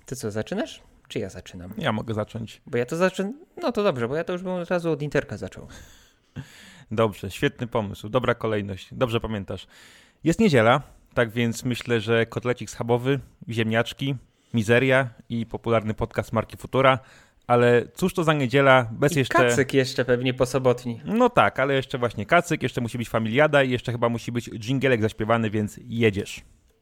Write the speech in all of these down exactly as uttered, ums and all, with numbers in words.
Ty co, zaczynasz? Czy ja zaczynam? Ja mogę zacząć. Bo ja to zaczynam. No to dobrze, bo ja to już bym od razu od Interka zaczął. Dobrze, świetny pomysł, dobra kolejność, dobrze pamiętasz. Jest niedziela, tak więc myślę, że kotlecik schabowy, ziemniaczki, mizeria i popularny podcast marki Futura, ale cóż to za niedziela bez I jeszcze... kacyk jeszcze pewnie po sobotni. No tak, ale jeszcze właśnie kacyk, jeszcze musi być familiada i jeszcze chyba musi być dżingielek zaśpiewany, więc jedziesz.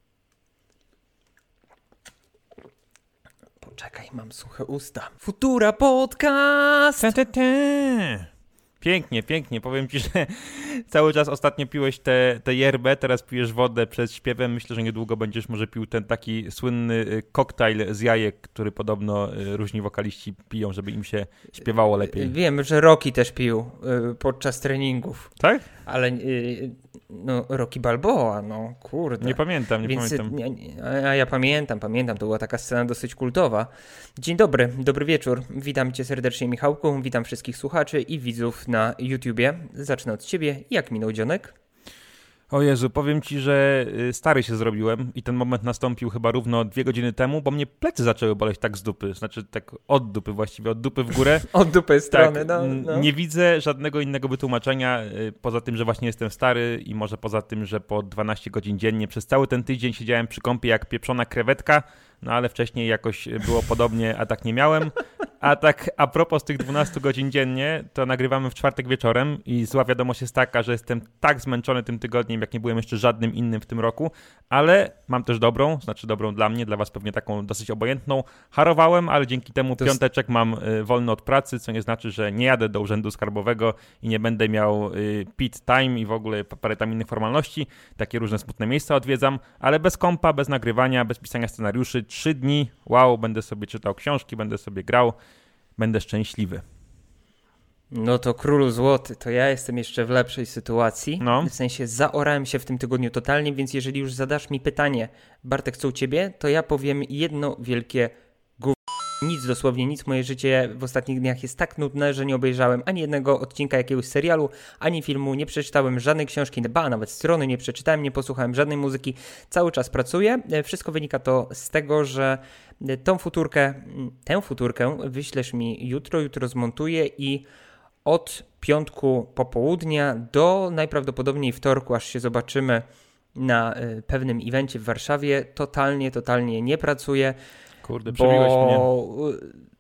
Poczekaj, mam suche usta. Futura Podcast! Te, te, te. Pięknie, pięknie. Powiem ci, że cały czas ostatnio piłeś tę te yerbę, teraz pijesz wodę przed śpiewem. Myślę, że niedługo będziesz może pił ten taki słynny koktajl z jajek, który podobno różni wokaliści piją, żeby im się śpiewało lepiej. Wiem, że Rocky też pił y, podczas treningów. Tak? Ale y, no Rocky Balboa, no kurde. Nie pamiętam, nie Więc, pamiętam. Nie, nie, a ja pamiętam, pamiętam. To była taka scena dosyć kultowa. Dzień dobry, dobry wieczór. Witam cię serdecznie, Michałku. Witam wszystkich słuchaczy i widzów na YouTubie. Zacznę od ciebie. Jak minął dzionek? O Jezu, powiem ci, że stary się zrobiłem i ten moment nastąpił chyba równo dwie godziny temu, bo mnie plecy zaczęły boleć tak z dupy, znaczy tak od dupy właściwie, od dupy w górę. Od dupy strony, tak, no, no. Nie widzę żadnego innego wytłumaczenia, poza tym, że właśnie jestem stary i może poza tym, że po dwanaście godzin dziennie przez cały ten tydzień siedziałem przy kąpie jak pieprzona krewetka, no ale wcześniej jakoś było podobnie, a tak nie miałem. A tak a propos tych dwunastu godzin dziennie, to nagrywamy w czwartek wieczorem i zła wiadomość jest taka, że jestem tak zmęczony tym tygodniem, jak nie byłem jeszcze żadnym innym w tym roku, ale mam też dobrą, znaczy dobrą dla mnie, dla was pewnie taką dosyć obojętną. Harowałem, ale dzięki temu To piąteczek mam y, wolny od pracy, co nie znaczy, że nie jadę do urzędu skarbowego i nie będę miał y, pit time i w ogóle parę tam innych formalności. Takie różne smutne miejsca odwiedzam, ale bez kompa, bez nagrywania, bez pisania scenariuszy. Trzy dni, wow, będę sobie czytał książki, będę sobie grał. Będę szczęśliwy. No to królu złoty, to ja jestem jeszcze w lepszej sytuacji. No. W sensie zaorałem się w tym tygodniu totalnie, więc jeżeli już zadasz mi pytanie, Bartek, co u ciebie, to ja powiem jedno wielkie gówno. Nic, dosłownie nic. Moje życie w ostatnich dniach jest tak nudne, że nie obejrzałem ani jednego odcinka jakiegoś serialu, ani filmu, nie przeczytałem żadnej książki, ba, nawet strony nie przeczytałem, nie posłuchałem żadnej muzyki. Cały czas pracuję. Wszystko wynika to z tego, że tą futurkę, tę futurkę wyślesz mi jutro, jutro zmontuję i od piątku popołudnia do najprawdopodobniej wtorku, aż się zobaczymy na pewnym evencie w Warszawie, totalnie, totalnie nie pracuję. Kurde, przebiłeś bo, mnie.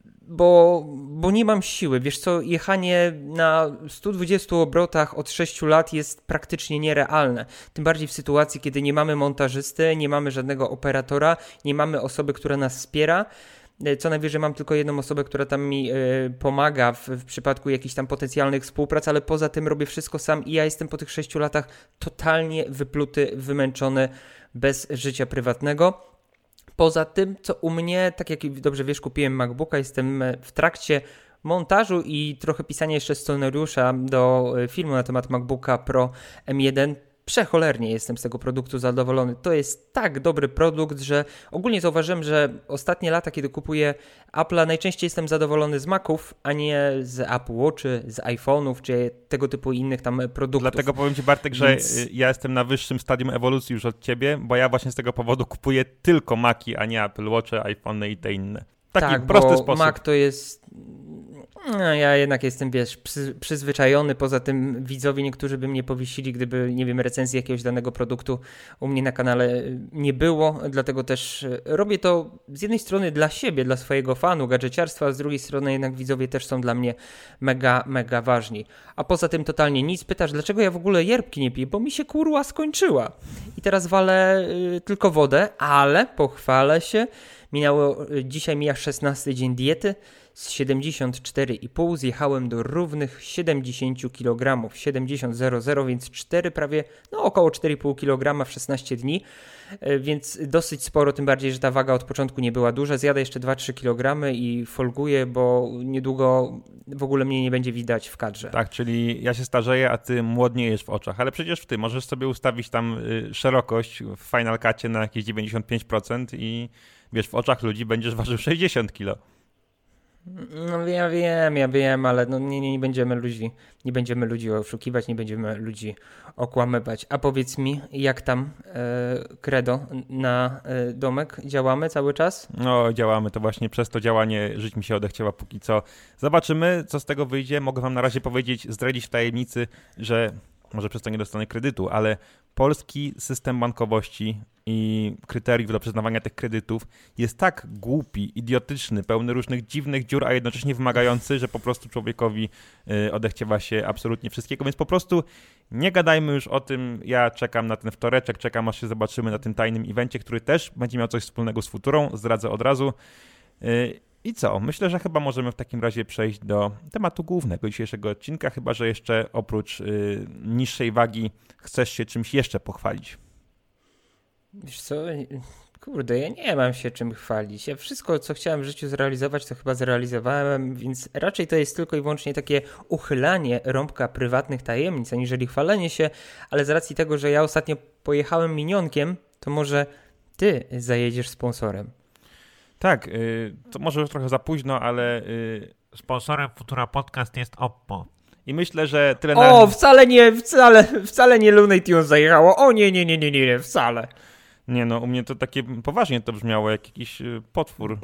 Bo, bo nie mam siły. Wiesz co, jechanie na stu dwudziestu obrotach od sześciu lat jest praktycznie nierealne. Tym bardziej w sytuacji, kiedy nie mamy montażysty, nie mamy żadnego operatora, nie mamy osoby, która nas wspiera. Co najwyżej mam tylko jedną osobę, która tam mi y, pomaga w, w przypadku jakichś tam potencjalnych współprac, ale poza tym robię wszystko sam i ja jestem po tych sześciu latach totalnie wypluty, wymęczony, bez życia prywatnego. Poza tym, co u mnie, tak jak dobrze wiesz, kupiłem MacBooka, jestem w trakcie montażu i trochę pisania jeszcze scenariusza do filmu na temat MacBooka Pro M jeden. Przecholernie jestem z tego produktu zadowolony. To jest tak dobry produkt, że ogólnie zauważyłem, że ostatnie lata, kiedy kupuję Apple'a, najczęściej jestem zadowolony z Maców, a nie z Apple Watchy, z iPhone'ów, czy tego typu innych tam produktów. Dlatego powiem ci, Bartek, że Więc... ja jestem na wyższym stadium ewolucji już od ciebie, bo ja właśnie z tego powodu kupuję tylko Maci, a nie Apple Watche, iPhone'y i te inne. Taki tak, prosty bo sposób. Mac to jest... No, ja jednak jestem, wiesz, przy, przyzwyczajony, poza tym widzowie niektórzy by mnie powiesili, gdyby, nie wiem, recenzji jakiegoś danego produktu u mnie na kanale nie było, dlatego też robię to z jednej strony dla siebie, dla swojego fanu, gadżeciarstwa, a z drugiej strony jednak widzowie też są dla mnie mega, mega ważni. A poza tym totalnie nic. Pytasz, dlaczego ja w ogóle yerbki nie piję? Bo mi się kurwa skończyła. I teraz walę y, tylko wodę, ale pochwalę się, minęło, y, dzisiaj mija szesnasty dzień diety. Z siedemdziesiąt cztery i pół zjechałem do równych siedemdziesiąt kilogramów, siedemdziesiąt zero zero, więc cztery prawie, no około cztery i pół kilograma w szesnaście dni, więc dosyć sporo, tym bardziej, że ta waga od początku nie była duża. Zjadę jeszcze dwa trzy kilogramy i folguję, bo niedługo w ogóle mnie nie będzie widać w kadrze. Tak, czyli ja się starzeję, a ty młodniejesz w oczach, ale przecież ty możesz sobie ustawić tam y, szerokość w Final Cutie na jakieś dziewięćdziesiąt pięć procent i wiesz, w oczach ludzi będziesz ważył sześćdziesiąt kilo. No ja wiem, ja wiem, ale no nie, nie, nie będziemy ludzi, nie będziemy ludzi oszukiwać, nie będziemy ludzi okłamywać. A powiedz mi, jak tam e, Credo na e, domek? Działamy cały czas? No, działamy, to właśnie przez to działanie żyć mi się odechciała póki co. Zobaczymy, co z tego wyjdzie. Mogę wam na razie powiedzieć, zdradzić w tajemnicy, że może przez to nie dostanę kredytu, ale polski system bankowości i kryteriów do przyznawania tych kredytów jest tak głupi, idiotyczny, pełny różnych dziwnych dziur, a jednocześnie wymagający, że po prostu człowiekowi y, odechciewa się absolutnie wszystkiego, więc po prostu nie gadajmy już o tym. Ja czekam na ten wtoreczek, czekam aż się zobaczymy na tym tajnym evencie, który też będzie miał coś wspólnego z Futurą, zdradzę od razu. Y, I co? Myślę, że chyba możemy w takim razie przejść do tematu głównego dzisiejszego odcinka, chyba że jeszcze oprócz y, niższej wagi chcesz się czymś jeszcze pochwalić. Wiesz co, kurde, ja nie mam się czym chwalić. Ja wszystko, co chciałem w życiu zrealizować, to chyba zrealizowałem, więc raczej to jest tylko i wyłącznie takie uchylanie rąbka prywatnych tajemnic, aniżeli chwalenie się, ale z racji tego, że ja ostatnio pojechałem minionkiem, to może ty zajedziesz sponsorem. Tak, y, to może już trochę za późno, ale y, sponsorem Futura Podcast jest Oppo. I myślę, że tyle na... O, wcale nie, wcale, wcale nie Looney Tunes zajechało. O nie, nie, nie, nie, nie, wcale. Nie no, u mnie to takie poważnie to brzmiało, jak jakiś potwór.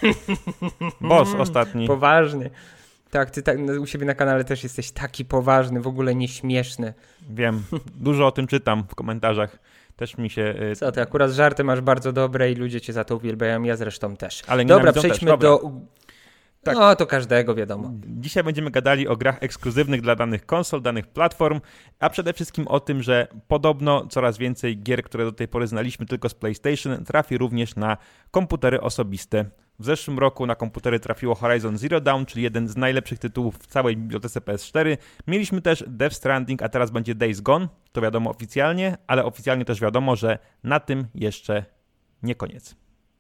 Boss ostatni. Poważnie. Tak, ty tak, u siebie na kanale też jesteś taki poważny, w ogóle nieśmieszny. Wiem, dużo o tym czytam w komentarzach. Też mi się... Co ty, akurat żarty masz bardzo dobre i ludzie cię za to uwielbiają, ja zresztą też. Ale dobra, przejdźmy też. Dobra. do... Tak. No, to każdego wiadomo. Dzisiaj będziemy gadali o grach ekskluzywnych dla danych konsol, danych platform, a przede wszystkim o tym, że podobno coraz więcej gier, które do tej pory znaliśmy tylko z PlayStation, trafi również na komputery osobiste. W zeszłym roku na komputery trafiło Horizon Zero Dawn, czyli jeden z najlepszych tytułów w całej bibliotece P S cztery. Mieliśmy też Death Stranding, a teraz będzie Days Gone, to wiadomo oficjalnie, ale oficjalnie też wiadomo, że na tym jeszcze nie koniec.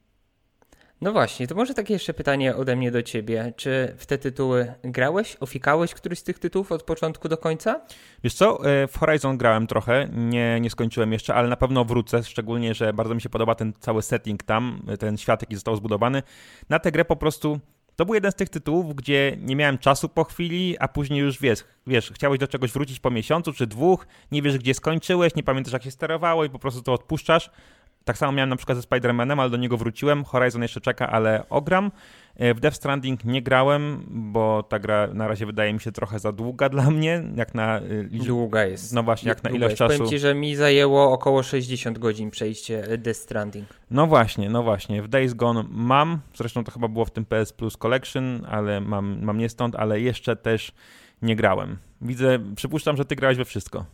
No właśnie, to może takie jeszcze pytanie ode mnie do ciebie. Czy w te tytuły grałeś, ofikałeś któryś z tych tytułów od początku do końca? Wiesz co, w Horizon grałem trochę, nie, nie skończyłem jeszcze, ale na pewno wrócę, szczególnie, że bardzo mi się podoba ten cały setting tam, ten świat, jaki został zbudowany. Na tę grę po prostu, to był jeden z tych tytułów, gdzie nie miałem czasu po chwili, a później już wiesz, wiesz, chciałeś do czegoś wrócić po miesiącu czy dwóch, nie wiesz gdzie skończyłeś, nie pamiętasz jak się sterowało i po prostu to odpuszczasz. Tak samo miałem na przykład ze Spider-Manem, ale do niego wróciłem. Horizon jeszcze czeka, ale ogram. W Death Stranding nie grałem, bo ta gra na razie wydaje mi się trochę za długa dla mnie. Jak na Długa jest. No właśnie, jak na ilość jest. czasu. Powiem ci, że mi zajęło około sześćdziesiąt godzin przejście Death Stranding. No właśnie, no właśnie. W Days Gone mam, zresztą to chyba było w tym P S Plus Collection, ale mam, mam nie stąd, ale jeszcze też nie grałem. Widzę, przypuszczam, że ty grałeś we wszystko.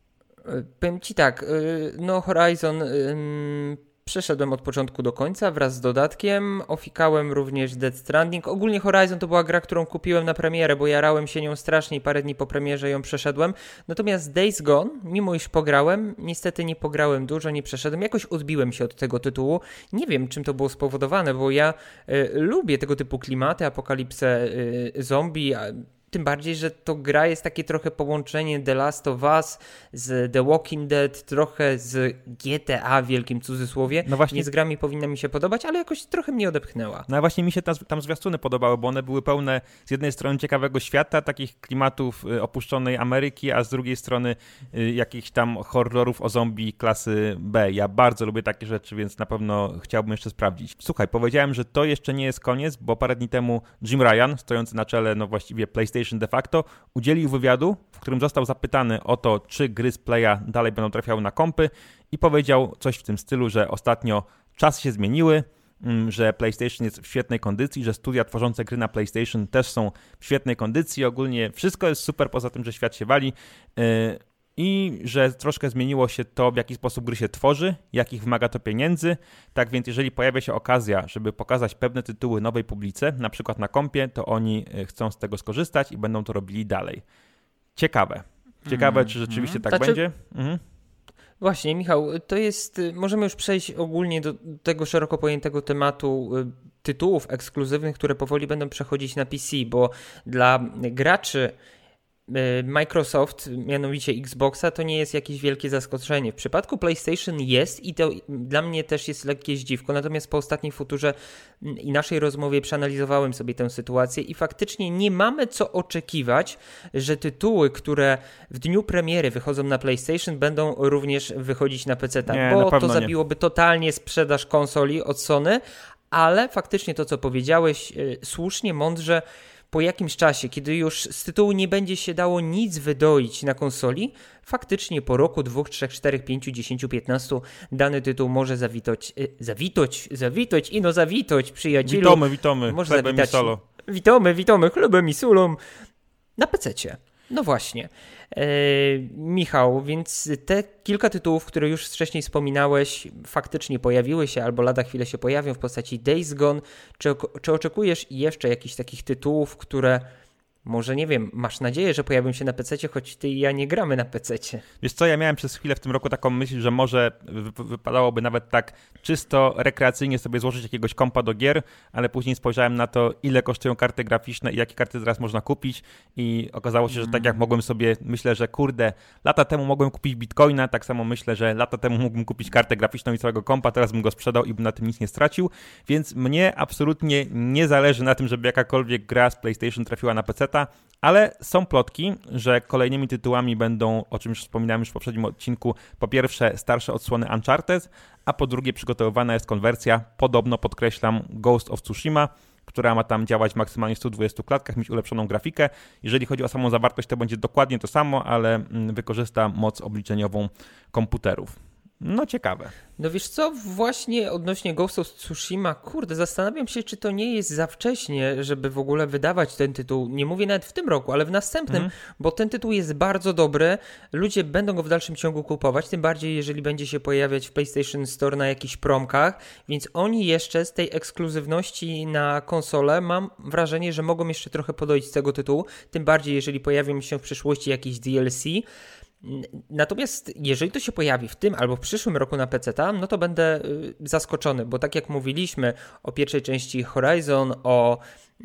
Powiem ci tak, no Horizon przeszedłem od początku do końca wraz z dodatkiem, ofikałem również Death Stranding. Ogólnie Horizon to była gra, którą kupiłem na premierę, bo jarałem się nią strasznie i parę dni po premierze ją przeszedłem. Natomiast Days Gone, mimo iż pograłem, niestety nie pograłem dużo, nie przeszedłem. Jakoś odbiłem się od tego tytułu. Nie wiem, czym to było spowodowane, bo ja y, lubię tego typu klimaty, apokalipsę y, zombie, a tym bardziej, że to gra jest takie trochę połączenie The Last of Us z The Walking Dead, trochę z G T A w wielkim cudzysłowie. No właśnie. Więc gra mi powinna mi się podobać, ale jakoś trochę mnie odepchnęła. No właśnie mi się tam, tam zwiastuny podobały, bo one były pełne z jednej strony ciekawego świata, takich klimatów y, opuszczonej Ameryki, a z drugiej strony y, jakichś tam horrorów o zombie klasy B. Ja bardzo lubię takie rzeczy, więc na pewno chciałbym jeszcze sprawdzić. Słuchaj, powiedziałem, że to jeszcze nie jest koniec, bo parę dni temu Jim Ryan, stojący na czele, no właściwie PlayStation de facto, udzielił wywiadu, w którym został zapytany o to, czy gry z Playa dalej będą trafiały na kompy i powiedział coś w tym stylu, że ostatnio czasy się zmieniły, że PlayStation jest w świetnej kondycji, że studia tworzące gry na PlayStation też są w świetnej kondycji, ogólnie wszystko jest super, poza tym, że świat się wali i że troszkę zmieniło się to, w jaki sposób gry się tworzy, jakich wymaga to pieniędzy. Tak więc jeżeli pojawia się okazja, żeby pokazać pewne tytuły nowej publice, na przykład na kompie, to oni chcą z tego skorzystać i będą to robili dalej. Ciekawe. Ciekawe, mm, czy rzeczywiście mm. tak znaczy, będzie? Mhm. Właśnie, Michał, to jest, możemy już przejść ogólnie do tego szeroko pojętego tematu tytułów ekskluzywnych, które powoli będą przechodzić na P C, bo dla graczy Microsoft, mianowicie Xboxa, to nie jest jakieś wielkie zaskoczenie. W przypadku PlayStation jest i to dla mnie też jest lekkie zdziwko, natomiast po ostatniej futurze i naszej rozmowie przeanalizowałem sobie tę sytuację i faktycznie nie mamy co oczekiwać, że tytuły, które w dniu premiery wychodzą na PlayStation, będą również wychodzić na P C, nie, bo na to zabiłoby nie. totalnie sprzedaż konsoli od Sony, ale faktycznie to, co powiedziałeś, yy, słusznie, mądrze, po jakimś czasie, kiedy już z tytułu nie będzie się dało nic wydoić na konsoli, faktycznie po roku, dwóch, trzech, czterech, pięciu, dziesięciu, piętnastu dany tytuł może zawitoć, yy, zawitoć, zawitoć, ino zawitoć, przyjacielu. Witamy, witamy, może chlebem zawitać, i solą. Witamy, witamy, chlebem i solą na pececie. No właśnie. E, Michał, więc te kilka tytułów, które już wcześniej wspominałeś, faktycznie pojawiły się albo lada chwilę się pojawią w postaci Days Gone. Czy, czy oczekujesz jeszcze jakichś takich tytułów, które może, nie wiem, masz nadzieję, że pojawią się na pececie, choć ty i ja nie gramy na pececie? Wiesz co, ja miałem przez chwilę w tym roku taką myśl, że może wy- wypadałoby nawet tak czysto rekreacyjnie sobie złożyć jakiegoś kompa do gier, ale później spojrzałem na to, ile kosztują karty graficzne i jakie karty teraz można kupić i okazało się, że tak jak mogłem sobie, myślę, że kurde, lata temu mogłem kupić bitcoina, tak samo myślę, że lata temu mógłbym kupić kartę graficzną i całego kompa, teraz bym go sprzedał i bym na tym nic nie stracił, więc mnie absolutnie nie zależy na tym, żeby jakakolwiek gra z PlayStation trafiła na peceta, ale są plotki, że kolejnymi tytułami będą, o czym już wspominałem już w poprzednim odcinku, po pierwsze starsze odsłony Uncharted, a po drugie przygotowywana jest konwersja, podobno podkreślam, Ghost of Tsushima, która ma tam działać w maksymalnie stu dwudziestu klatkach, mieć ulepszoną grafikę. Jeżeli chodzi o samą zawartość, to będzie dokładnie to samo, ale wykorzysta moc obliczeniową komputerów. No ciekawe. No wiesz co, właśnie odnośnie Ghost of Tsushima, kurde, zastanawiam się, czy to nie jest za wcześnie, żeby w ogóle wydawać ten tytuł. Nie mówię nawet w tym roku, ale w następnym, mm. bo ten tytuł jest bardzo dobry. Ludzie będą go w dalszym ciągu kupować, tym bardziej jeżeli będzie się pojawiać w PlayStation Store na jakichś promkach, więc oni jeszcze z tej ekskluzywności na konsolę mam wrażenie, że mogą jeszcze trochę podejść z tego tytułu, tym bardziej jeżeli pojawią się w przyszłości jakieś D L C. Natomiast jeżeli to się pojawi w tym albo w przyszłym roku na peceta, no to będę zaskoczony, bo tak jak mówiliśmy o pierwszej części Horizon, o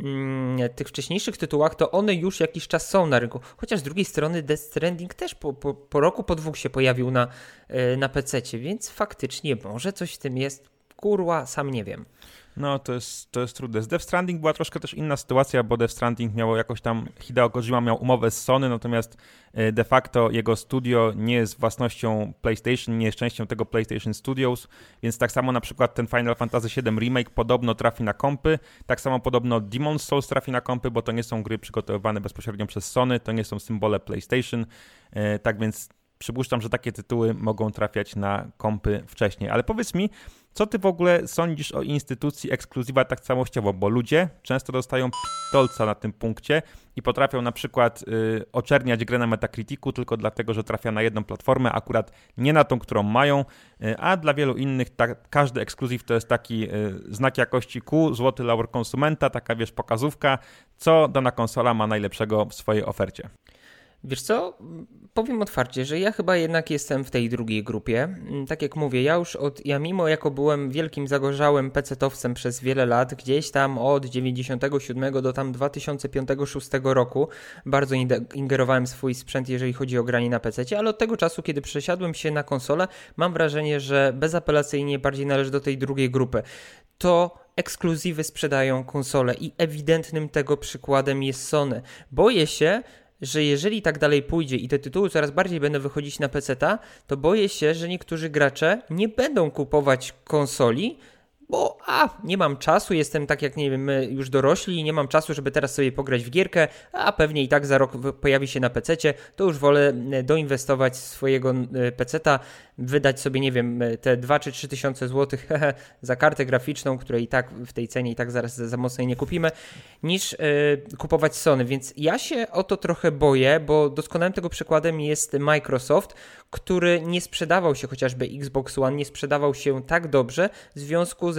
mm, tych wcześniejszych tytułach, to one już jakiś czas są na rynku. Chociaż z drugiej strony Death Stranding też po, po, po roku, po dwóch się pojawił na, na pececie, więc faktycznie może coś w tym jest. Kurwa, sam nie wiem. No, to jest, to jest trudne. Z Death Stranding była troszkę też inna sytuacja, bo Death Stranding miało jakoś tam, Hideo Kojima miał umowę z Sony, natomiast de facto jego studio nie jest własnością PlayStation, nie jest częścią tego PlayStation Studios, więc tak samo na przykład ten Final Fantasy siedem Remake podobno trafi na kompy, tak samo podobno Demon's Souls trafi na kompy, bo to nie są gry przygotowywane bezpośrednio przez Sony, to nie są symbole PlayStation, tak więc przypuszczam, że takie tytuły mogą trafiać na kompy wcześniej. Ale powiedz mi, co ty w ogóle sądzisz o instytucji ekskluzywa tak całościowo? Bo ludzie często dostają p***dolca na tym punkcie i potrafią na przykład y, oczerniać grę na Metacriticu tylko dlatego, że trafia na jedną platformę, akurat nie na tą, którą mają, y, a dla wielu innych ta, każdy ekskluzyw to jest taki y, znak jakości Q, złoty laur konsumenta, taka wiesz pokazówka, co dana konsola ma najlepszego w swojej ofercie. Wiesz co, powiem otwarcie, że ja chyba jednak jestem w tej drugiej grupie. Tak jak mówię, ja już od, ja mimo jako byłem wielkim zagorzałym pecetowcem przez wiele lat, gdzieś tam od dziewięćdziesiątego siódmego do tam dwa tysiące piątego do dwa tysiące szóstego roku bardzo ingerowałem w swój sprzęt, jeżeli chodzi o granie na pececie, ale od tego czasu, kiedy przesiadłem się na konsolę, mam wrażenie, że bezapelacyjnie bardziej należy do tej drugiej grupy. To ekskluzywy sprzedają konsole i ewidentnym tego przykładem jest Sony. Boję się, że jeżeli tak dalej pójdzie i te tytuły coraz bardziej będą wychodzić na peceta, to boję się, że niektórzy gracze nie będą kupować konsoli, bo a, nie mam czasu, jestem tak jak nie wiem, my już dorośli i nie mam czasu, żeby teraz sobie pograć w gierkę, a pewnie i tak za rok pojawi się na pececie, to już wolę doinwestować swojego peceta, wydać sobie, nie wiem, te dwa czy trzy tysiące złotych za kartę graficzną, której i tak w tej cenie i tak zaraz za, za mocno nie kupimy, niż yy, kupować Sony, więc ja się o to trochę boję, bo doskonałym tego przykładem jest Microsoft, który nie sprzedawał się, chociażby Xbox One nie sprzedawał się tak dobrze w związku ze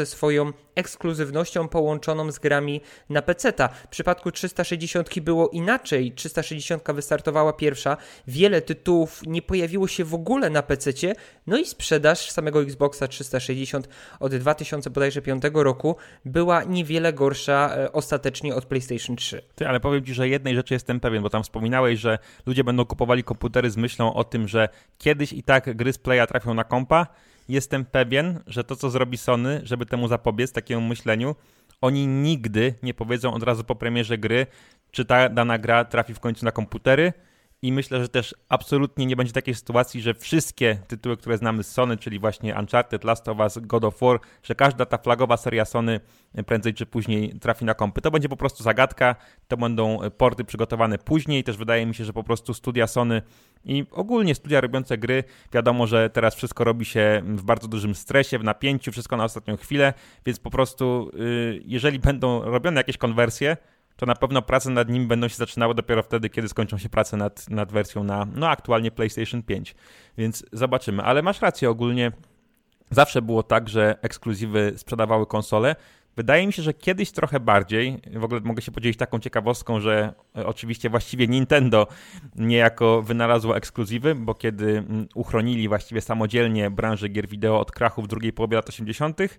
ze swoją ekskluzywnością połączoną z grami na peceta. W przypadku trzysta sześćdziesiąt było inaczej. trzysta sześćdziesiąt wystartowała pierwsza, wiele tytułów nie pojawiło się w ogóle na pececie, no i sprzedaż samego Xboxa trzysta sześćdziesiąt od dwa tysiące piątego roku była niewiele gorsza e, ostatecznie od PlayStation trzy. Ty, ale powiem ci, że jednej rzeczy jestem pewien, bo tam wspominałeś, że ludzie będą kupowali komputery z myślą o tym, że kiedyś i tak gry z Playa trafią na kompa. Jestem pewien, że to, co zrobi Sony, żeby temu zapobiec, takiemu myśleniu, oni nigdy nie powiedzą od razu po premierze gry, czy ta dana gra trafi w końcu na komputery. I myślę, że też absolutnie nie będzie takiej sytuacji, że wszystkie tytuły, które znamy z Sony, czyli właśnie Uncharted, Last of Us, God of War, że każda ta flagowa seria Sony prędzej czy później trafi na kompy. To będzie po prostu zagadka, to będą porty przygotowane później. Też wydaje mi się, że po prostu studia Sony i ogólnie studia robiące gry, wiadomo, że teraz wszystko robi się w bardzo dużym stresie, w napięciu, wszystko na ostatnią chwilę, więc po prostu jeżeli będą robione jakieś konwersje, to na pewno prace nad nim będą się zaczynały dopiero wtedy, kiedy skończą się prace nad, nad wersją na, no aktualnie PlayStation pięć. Więc zobaczymy. Ale masz rację, ogólnie zawsze było tak, że ekskluzywy sprzedawały konsole. Wydaje mi się, że kiedyś trochę bardziej. W ogóle mogę się podzielić taką ciekawostką, że oczywiście właściwie Nintendo niejako wynalazło ekskluzywy, bo kiedy uchronili właściwie samodzielnie branżę gier wideo od krachu w drugiej połowie lat osiemdziesiątych,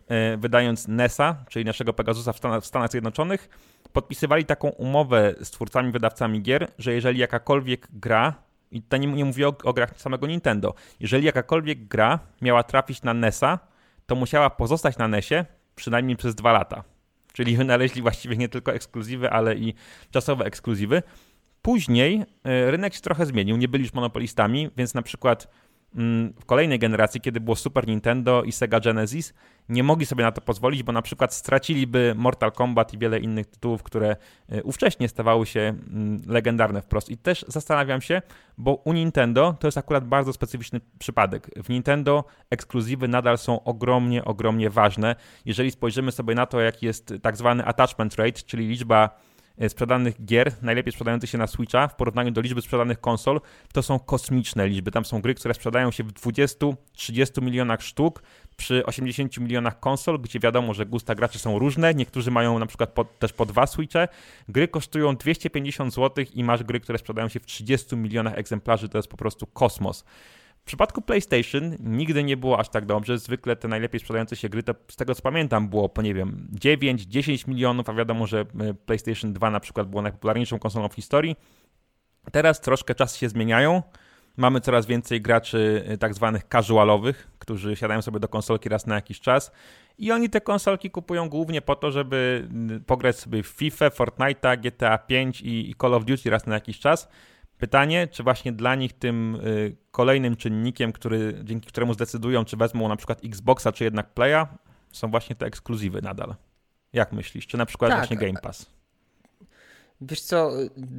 wydając NESa, czyli naszego Pegasusa w Stanach, w Stanach Zjednoczonych, podpisywali taką umowę z twórcami, wydawcami gier, że jeżeli jakakolwiek gra, i to nie, nie mówię o, o grach samego Nintendo, jeżeli jakakolwiek gra miała trafić na NESa, to musiała pozostać na NESie przynajmniej przez dwa lata. Czyli wynaleźli właściwie nie tylko ekskluzywy, ale i czasowe ekskluzywy. Później rynek się trochę zmienił, nie byli już monopolistami, więc na przykład w kolejnej generacji, kiedy było Super Nintendo i Sega Genesis, nie mogli sobie na to pozwolić, bo na przykład straciliby Mortal Kombat i wiele innych tytułów, które ówcześnie stawały się legendarne wprost. I też zastanawiam się, bo u Nintendo to jest akurat bardzo specyficzny przypadek. W Nintendo ekskluzywy nadal są ogromnie, ogromnie ważne. Jeżeli spojrzymy sobie na to, jaki jest tak zwany attachment rate, czyli liczba sprzedanych gier, najlepiej sprzedających się na Switcha w porównaniu do liczby sprzedanych konsol, to są kosmiczne liczby. Tam są gry, które sprzedają się w dwudziestu trzydziestu milionach sztuk przy osiemdziesięciu milionach konsol, gdzie wiadomo, że gusta graczy są różne. Niektórzy mają na przykład po, też po dwa Switche. Gry kosztują dwieście pięćdziesiąt złotych i masz gry, które sprzedają się w trzydziestu milionach egzemplarzy. To jest po prostu kosmos. W przypadku PlayStation nigdy nie było aż tak dobrze. Zwykle te najlepiej sprzedające się gry, to z tego co pamiętam, było po nie wiem dziewięć dziesięć milionów, a wiadomo, że PlayStation dwa na przykład było najpopularniejszą konsolą w historii. Teraz troszkę czasy się zmieniają. Mamy coraz więcej graczy tak zwanych casualowych, którzy siadają sobie do konsolki raz na jakiś czas i oni te konsolki kupują głównie po to, żeby pograć sobie w FIFA, Fortnite'a, G T A pięć i Call of Duty raz na jakiś czas. Pytanie, czy właśnie dla nich tym y, kolejnym czynnikiem, który, dzięki któremu zdecydują, czy wezmą na przykład Xboxa, czy jednak Playa, są właśnie te ekskluzywy nadal. Jak myślisz? Czy na przykład tak. właśnie Game Pass? Wiesz co,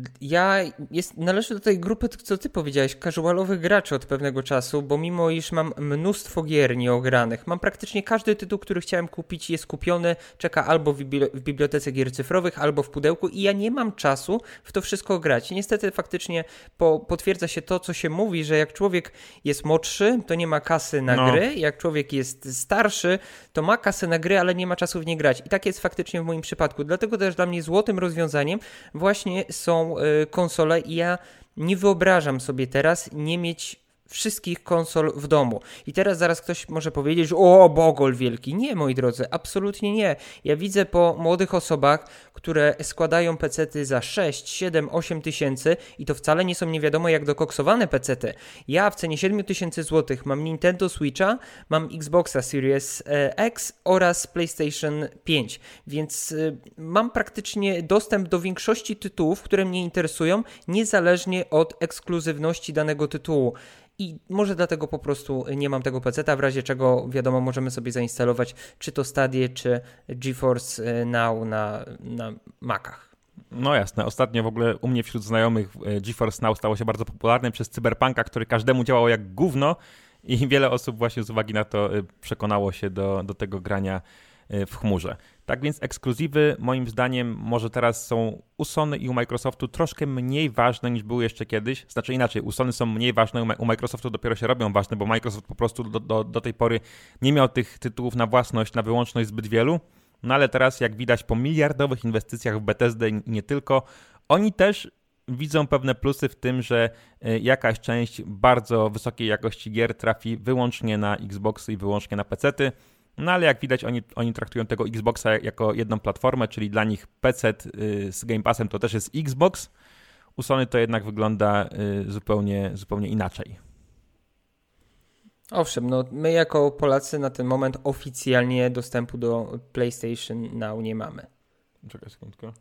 ja jest, należę do tej grupy, co ty powiedziałeś, casualowych graczy od pewnego czasu, bo mimo iż mam mnóstwo gier nieogranych, mam praktycznie każdy tytuł, który chciałem kupić, jest kupiony, czeka albo w, bibli- w bibliotece gier cyfrowych, albo w pudełku i ja nie mam czasu w to wszystko grać. I niestety faktycznie po, potwierdza się to, co się mówi, że jak człowiek jest młodszy, to nie ma kasy na no. gry, jak człowiek jest starszy, to ma kasę na gry, ale nie ma czasu w nie grać. I tak jest faktycznie w moim przypadku. Dlatego też dla mnie złotym rozwiązaniem właśnie są y, konsole i ja nie wyobrażam sobie teraz nie mieć wszystkich konsol w domu. I teraz zaraz ktoś może powiedzieć, że o, Bogol wielki. Nie, moi drodzy, absolutnie nie. Ja widzę po młodych osobach, które składają pecety za sześć, siedem, osiem tysięcy i to wcale nie są nie wiadomo jak dokoksowane pecety. Ja w cenie siedem tysięcy złotych mam Nintendo Switcha, mam Xboxa Series X oraz PlayStation pięć, więc y, mam praktycznie dostęp do większości tytułów, które mnie interesują, niezależnie od ekskluzywności danego tytułu. I może dlatego po prostu nie mam tego peceta, w razie czego wiadomo możemy sobie zainstalować czy to Stadię, czy GeForce Now na, na Macach. No jasne, ostatnio w ogóle u mnie wśród znajomych GeForce Now stało się bardzo popularne przez Cyberpunka, który każdemu działał jak gówno i wiele osób właśnie z uwagi na to przekonało się do, do tego grania w chmurze. Tak więc ekskluzywy moim zdaniem może teraz są u Sony i u Microsoftu troszkę mniej ważne niż były jeszcze kiedyś. Znaczy inaczej, u Sony są mniej ważne, u Microsoftu dopiero się robią ważne, bo Microsoft po prostu do, do, do tej pory nie miał tych tytułów na własność, na wyłączność zbyt wielu. No ale teraz jak widać po miliardowych inwestycjach w Bethesdę i nie tylko, oni też widzą pewne plusy w tym, że jakaś część bardzo wysokiej jakości gier trafi wyłącznie na Xboxy i wyłącznie na pecety. No ale jak widać, oni, oni traktują tego Xboxa jako jedną platformę, czyli dla nich P C z Game Passem to też jest Xbox. U Sony to jednak wygląda zupełnie, zupełnie inaczej. Owszem, no my jako Polacy na ten moment oficjalnie dostępu do PlayStation Now nie mamy. Czekaj sekundkę.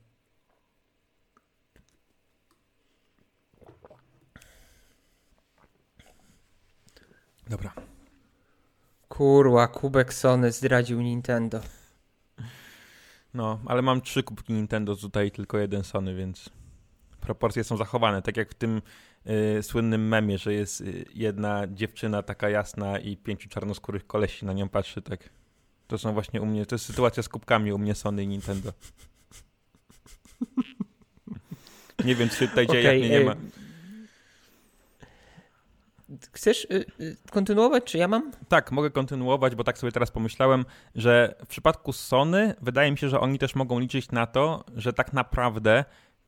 Dobra. Kurwa, kubek Sony zdradził Nintendo. No, ale mam trzy kubki Nintendo tutaj, tylko jeden Sony, więc proporcje są zachowane. Tak jak w tym y, słynnym memie, że jest y, jedna dziewczyna taka jasna i pięciu czarnoskórych kolesi na nią patrzy, tak. To są właśnie u mnie, to jest sytuacja z kubkami u mnie Sony i Nintendo. Nie wiem, co się tutaj dzieje, okay, jak mnie nie ma. Chcesz y, y, kontynuować, czy ja mam? Tak, mogę kontynuować, bo tak sobie teraz pomyślałem, że w przypadku Sony wydaje mi się, że oni też mogą liczyć na to, że tak naprawdę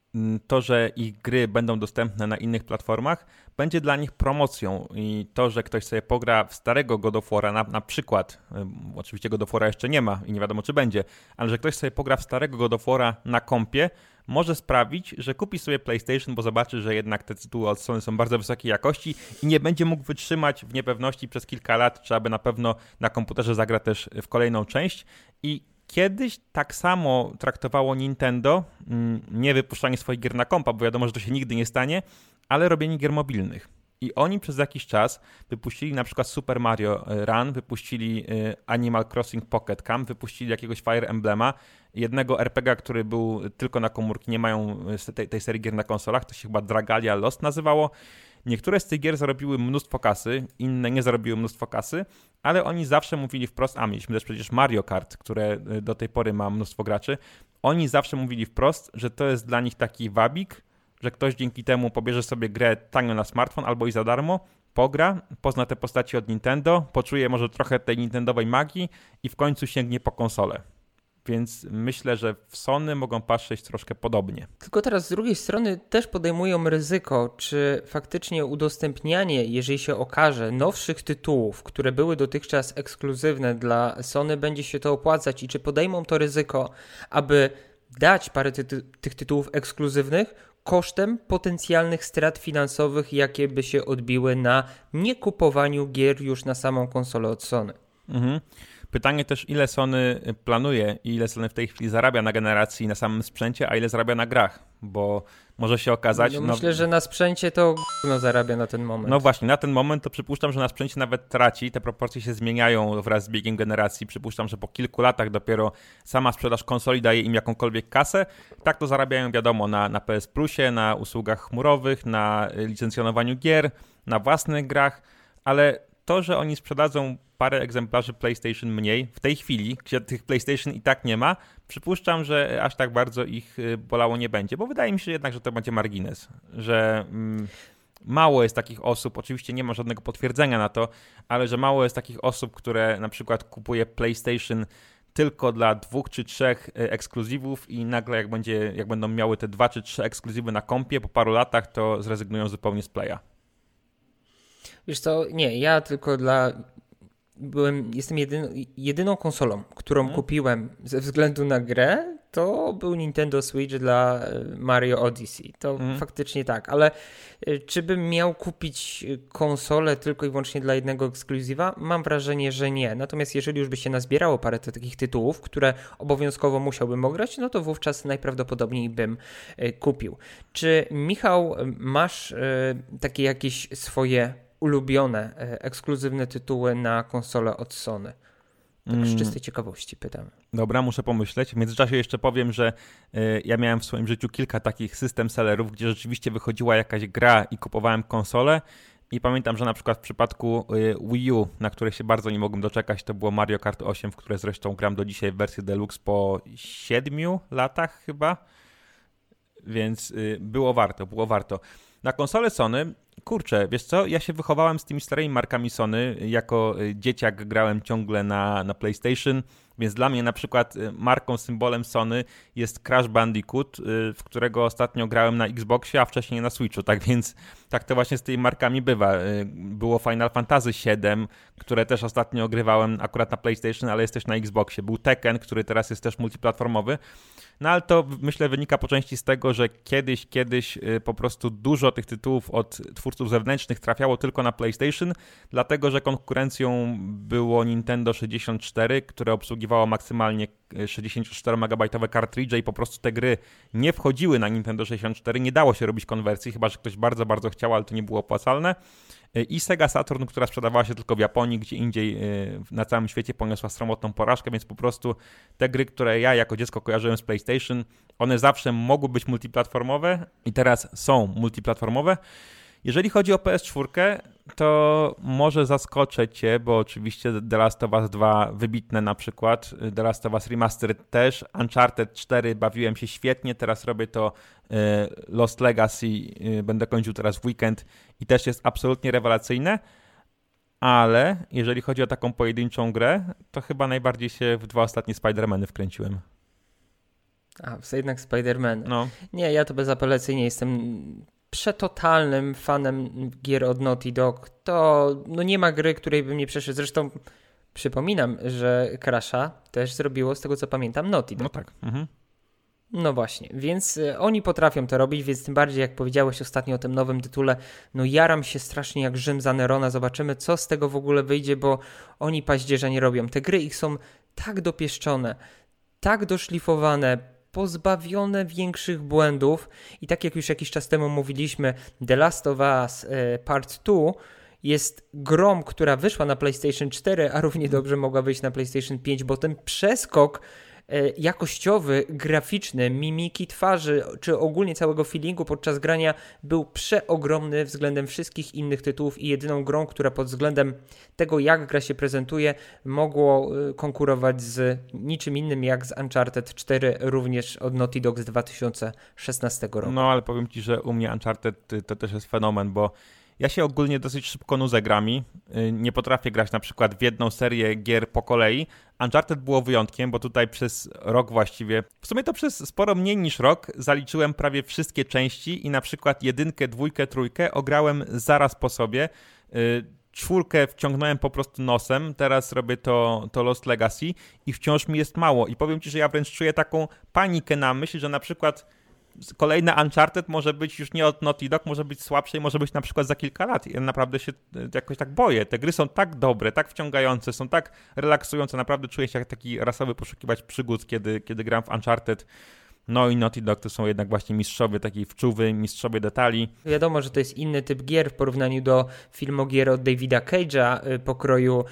to, że ich gry będą dostępne na innych platformach, będzie dla nich promocją i to, że ktoś sobie pogra w starego God of War'a, na, na przykład, oczywiście God of War'a jeszcze nie ma i nie wiadomo czy będzie, ale że ktoś sobie pogra w starego God of War'a na kompie, może sprawić, że kupi sobie PlayStation, bo zobaczy, że jednak te tytuły od Sony są bardzo wysokiej jakości i nie będzie mógł wytrzymać w niepewności przez kilka lat, czy aby na pewno na komputerze zagra też w kolejną część. I kiedyś tak samo traktowało Nintendo, nie wypuszczanie swoich gier na kompa, bo wiadomo, że to się nigdy nie stanie, ale robienie gier mobilnych. I oni przez jakiś czas wypuścili na przykład Super Mario Run, wypuścili Animal Crossing Pocket Camp, wypuścili jakiegoś Fire Emblema, jednego er pe gie, który był tylko na komórki, nie mają tej, tej serii gier na konsolach, to się chyba Dragalia Lost nazywało. Niektóre z tych gier zarobiły mnóstwo kasy, inne nie zarobiły mnóstwo kasy, ale oni zawsze mówili wprost, a mieliśmy też przecież Mario Kart, które do tej pory ma mnóstwo graczy, oni zawsze mówili wprost, że to jest dla nich taki wabik, że ktoś dzięki temu pobierze sobie grę tanio na smartfon albo i za darmo, pogra, pozna te postaci od Nintendo, poczuje może trochę tej nintendowej magii i w końcu sięgnie po konsolę. Więc myślę, że w Sony mogą patrzeć troszkę podobnie. Tylko teraz z drugiej strony też podejmują ryzyko, czy faktycznie udostępnianie, jeżeli się okaże, nowszych tytułów, które były dotychczas ekskluzywne dla Sony, będzie się to opłacać i czy podejmą to ryzyko, aby dać parę ty- tych tytułów ekskluzywnych kosztem potencjalnych strat finansowych, jakie by się odbiły na niekupowaniu gier już na samą konsolę od Sony. Mhm. Pytanie też, ile Sony planuje i ile Sony w tej chwili zarabia na generacji na samym sprzęcie, a ile zarabia na grach, bo może się okazać... No, no myślę, że na sprzęcie to no zarabia na ten moment. No właśnie, na ten moment to przypuszczam, że na sprzęcie nawet traci, te proporcje się zmieniają wraz z biegiem generacji, przypuszczam, że po kilku latach dopiero sama sprzedaż konsoli daje im jakąkolwiek kasę. Tak to zarabiają wiadomo na, na P S Plusie, na usługach chmurowych, na licencjonowaniu gier, na własnych grach, ale to, że oni sprzedadzą parę egzemplarzy PlayStation mniej w tej chwili, gdzie tych PlayStation i tak nie ma, przypuszczam, że aż tak bardzo ich bolało nie będzie, bo wydaje mi się jednak, że to będzie margines, że mm, mało jest takich osób, oczywiście nie ma żadnego potwierdzenia na to, ale że mało jest takich osób, które na przykład kupuje PlayStation tylko dla dwóch czy trzech ekskluzywów i nagle jak, będzie, jak będą miały te dwa czy trzy ekskluzywy na kompie po paru latach, to zrezygnują zupełnie z Playa. Wiesz co, nie, ja tylko dla... Byłem, jestem jedyną, jedyną konsolą, którą hmm. kupiłem ze względu na grę, to był Nintendo Switch dla Mario Odyssey. To hmm. faktycznie tak, ale czy bym miał kupić konsolę tylko i wyłącznie dla jednego ekskluzywa? Mam wrażenie, że nie. Natomiast jeżeli już by się nazbierało parę takich tytułów, które obowiązkowo musiałbym ograć, no to wówczas najprawdopodobniej bym kupił. Czy Michał, masz takie jakieś swoje ulubione, ekskluzywne tytuły na konsolę od Sony? Tak z czystej ciekawości pytam. Dobra, muszę pomyśleć. W międzyczasie jeszcze powiem, że y, ja miałem w swoim życiu kilka takich system sellerów, gdzie rzeczywiście wychodziła jakaś gra i kupowałem konsolę I pamiętam, że na przykład w przypadku Wii U, na które się bardzo nie mogłem doczekać, to było Mario Kart osiem, w które zresztą gram do dzisiaj w wersji Deluxe po siedmiu latach chyba. Więc było warto, było warto. Na konsolę Sony, kurczę, wiesz co, ja się wychowałem z tymi starymi markami Sony. Jako dzieciak grałem ciągle na, na PlayStation, więc dla mnie na przykład marką, symbolem Sony jest Crash Bandicoot, w którego ostatnio grałem na Xboxie, a wcześniej na Switchu. Tak więc tak to właśnie z tymi markami bywa. Było Final Fantasy siedem, które też ostatnio grywałem akurat na PlayStation, ale jest też na Xboxie. Był Tekken, który teraz jest też multiplatformowy. No ale to myślę wynika po części z tego, że kiedyś, kiedyś po prostu dużo tych tytułów od twórców zewnętrznych trafiało tylko na PlayStation, dlatego że konkurencją było Nintendo sześćdziesiąt cztery, które obsługiwało maksymalnie sześćdziesięcioczteromegabajtowe kartridże i po prostu te gry nie wchodziły na Nintendo sześćdziesiąt cztery, nie dało się robić konwersji, chyba że ktoś bardzo, bardzo chciał, ale to nie było opłacalne. I Sega Saturn, która sprzedawała się tylko w Japonii, gdzie indziej na całym świecie poniosła sromotną porażkę, więc po prostu te gry, które ja jako dziecko kojarzyłem z PlayStation, one zawsze mogły być multiplatformowe i teraz są multiplatformowe. Jeżeli chodzi o P S cztery, to może zaskoczę Cię, bo oczywiście The Last of Us dwa wybitne na przykład, The Last of Us Remastered też, Uncharted cztery bawiłem się świetnie, teraz robię to Lost Legacy, będę kończył teraz w weekend i też jest absolutnie rewelacyjne, ale jeżeli chodzi o taką pojedynczą grę, to chyba najbardziej się w dwa ostatnie Spider-Many wkręciłem. A, jednak Spider-Man. No. Nie, ja to bezapelacyjnie jestem przetotalnym fanem gier od Naughty Dog. To no nie ma gry, której bym nie przeszedł. Zresztą przypominam, że Crasha też zrobiło, z tego co pamiętam, Naughty Dog. No tak. Mhm. No właśnie, więc y, oni potrafią to robić, więc tym bardziej jak powiedziałeś ostatnio o tym nowym tytule, no jaram się strasznie jak Rzym za Nerona, zobaczymy co z tego w ogóle wyjdzie, bo oni paździerza nie robią. Te gry ich są tak dopieszczone, tak doszlifowane, pozbawione większych błędów i tak jak już jakiś czas temu mówiliśmy, The Last of Us y, Part dwa jest grą, która wyszła na PlayStation cztery, a równie dobrze mogła wyjść na PlayStation pięć, bo ten przeskok jakościowy, graficzny, mimiki twarzy, czy ogólnie całego feelingu podczas grania był przeogromny względem wszystkich innych tytułów i jedyną grą, która pod względem tego, jak gra się prezentuje, mogło konkurować z niczym innym jak z Uncharted cztery, również od Naughty Dog z dwa tysiące szesnastego roku. No ale powiem Ci, że u mnie Uncharted to też jest fenomen, bo ja się ogólnie dosyć szybko nudzę grami. Nie potrafię grać na przykład w jedną serię gier po kolei. Uncharted było wyjątkiem, bo tutaj przez rok właściwie, w sumie to przez sporo mniej niż rok, zaliczyłem prawie wszystkie części i na przykład jedynkę, dwójkę, trójkę ograłem zaraz po sobie. Czwórkę wciągnąłem po prostu nosem, teraz robię to, to Lost Legacy i wciąż mi jest mało. I powiem Ci, że ja wręcz czuję taką panikę na myśl, że na przykład kolejne Uncharted może być już nie od Naughty Dog, może być słabsze i może być na przykład za kilka lat. Ja naprawdę się jakoś tak boję. Te gry są tak dobre, tak wciągające, są tak relaksujące. Naprawdę czuję się jak taki rasowy poszukiwać przygód, kiedy, kiedy gram w Uncharted. No i Naughty Dog to są jednak właśnie mistrzowie takiej wczuwy, mistrzowie detali. Wiadomo, że to jest inny typ gier w porównaniu do filmogier od Davida Cage'a pokroju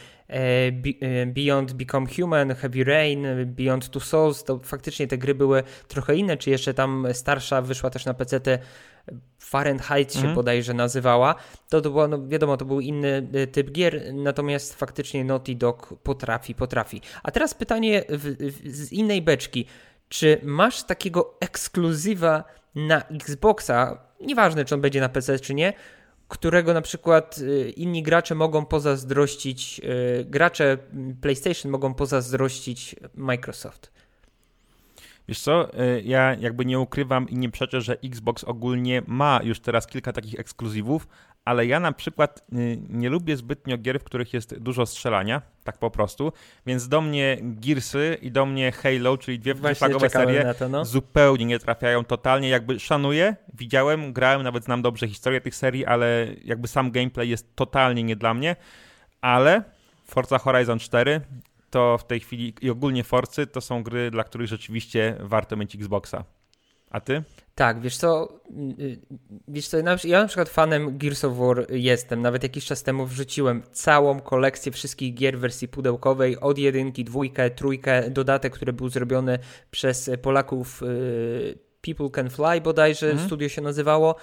Beyond Become Human, Heavy Rain, Beyond Two Souls. To faktycznie te gry były trochę inne, czy jeszcze tam starsza wyszła też na pecety, Fahrenheit się mm. bodajże nazywała. To, to było, no wiadomo, to był inny typ gier, natomiast faktycznie Naughty Dog potrafi, potrafi. A teraz pytanie w, w, z innej beczki. Czy masz takiego ekskluzywa na Xboxa, nieważne czy on będzie na P C czy nie, którego na przykład inni gracze mogą pozazdrościć, gracze PlayStation mogą pozazdrościć Microsoft? Wiesz co, ja jakby nie ukrywam i nie przeczę, że Xbox ogólnie ma już teraz kilka takich ekskluzywów, ale ja na przykład nie lubię zbytnio gier, w których jest dużo strzelania, tak po prostu, więc do mnie Gearsy i do mnie Halo, czyli dwie flagowe serie, to, no. zupełnie nie trafiają totalnie, jakby szanuję, widziałem, grałem, nawet znam dobrze historię tych serii, ale jakby sam gameplay jest totalnie nie dla mnie, ale Forza Horizon cztery to w tej chwili i ogólnie Forcy to są gry, dla których rzeczywiście warto mieć Xboxa. A ty? Tak, wiesz co, wiesz co, ja na przykład fanem Gears of War jestem, nawet jakiś czas temu wrzuciłem całą kolekcję wszystkich gier w wersji pudełkowej, od jedynki, dwójkę, trójkę, dodatek, który był zrobiony przez Polaków, People Can Fly bodajże, mm. studio się nazywało.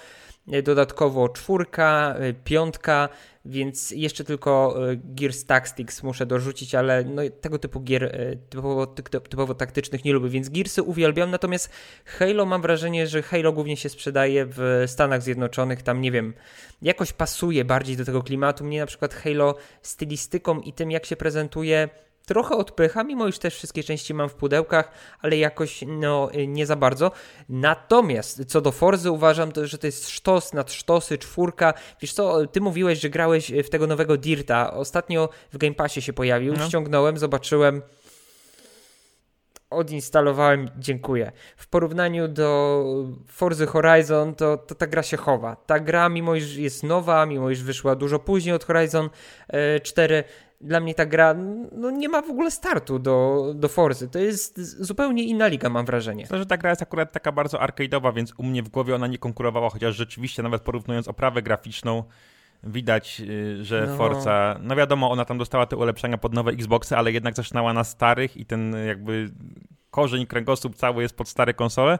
dodatkowo czwórka, piątka, więc jeszcze tylko Gears Tactics muszę dorzucić, ale no, tego typu gier typowo, typowo taktycznych nie lubię, więc Gearsy uwielbiam, natomiast Halo mam wrażenie, że Halo głównie się sprzedaje w Stanach Zjednoczonych, tam nie wiem, jakoś pasuje bardziej do tego klimatu. Mnie na przykład Halo stylistyką i tym, jak się prezentuje, trochę odpycha, mimo iż też wszystkie części mam w pudełkach, ale jakoś no nie za bardzo. Natomiast co do Forzy uważam, to, że to jest sztos nad sztosy, czwórka. Wiesz co, ty mówiłeś, że grałeś w tego nowego Dirta. Ostatnio w Game Passie się pojawił, no. Ściągnąłem, zobaczyłem, odinstalowałem, dziękuję. W porównaniu do Forzy Horizon, to, to ta gra się chowa. Ta gra, mimo iż jest nowa, mimo iż wyszła dużo później od Horizon cztery, dla mnie ta gra no, nie ma w ogóle startu do, do Forzy. To jest zupełnie inna liga, mam wrażenie. To, że ta gra jest akurat taka bardzo arcade'owa, więc u mnie w głowie ona nie konkurowała, chociaż rzeczywiście nawet porównując oprawę graficzną widać, że no. Forza, no wiadomo, ona tam dostała te ulepszenia pod nowe Xboxy, ale jednak zaczynała na starych i ten jakby korzeń, kręgosłup cały jest pod stare konsole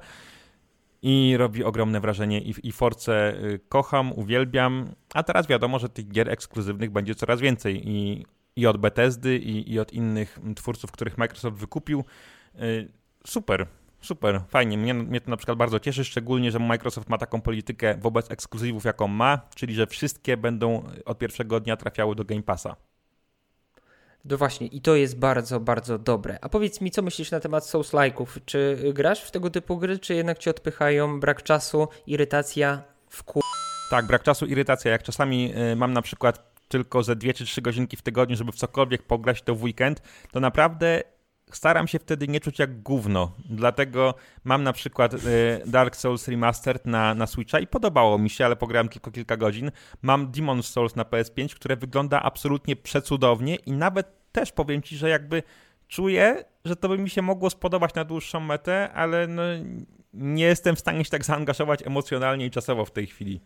i robi ogromne wrażenie i, i Forcę kocham, uwielbiam, a teraz wiadomo, że tych gier ekskluzywnych będzie coraz więcej i, i od Bethesdy i, i od innych twórców, których Microsoft wykupił. Super. Super, fajnie. Mnie, mnie to na przykład bardzo cieszy, szczególnie, że Microsoft ma taką politykę wobec ekskluzywów, jaką ma, czyli że wszystkie będą od pierwszego dnia trafiały do Game Passa. No właśnie, i to jest bardzo, bardzo dobre. A powiedz mi, co myślisz na temat Souls-like'ów? Czy grasz w tego typu gry, czy jednak cię odpychają brak czasu, irytacja, wkur... Tak, brak czasu, irytacja. Jak czasami y, mam na przykład tylko ze dwie czy trzy godzinki w tygodniu, żeby w cokolwiek pograć to w weekend, to naprawdę staram się wtedy nie czuć jak gówno. Dlatego mam na przykład y, Dark Souls Remastered na, na Switcha i podobało mi się, ale pograłem tylko kilka godzin. Mam Demon's Souls na P S pięć, które wygląda absolutnie przecudownie i nawet też powiem ci, że jakby czuję, że to by mi się mogło spodobać na dłuższą metę, ale no, nie jestem w stanie się tak zaangażować emocjonalnie i czasowo w tej chwili.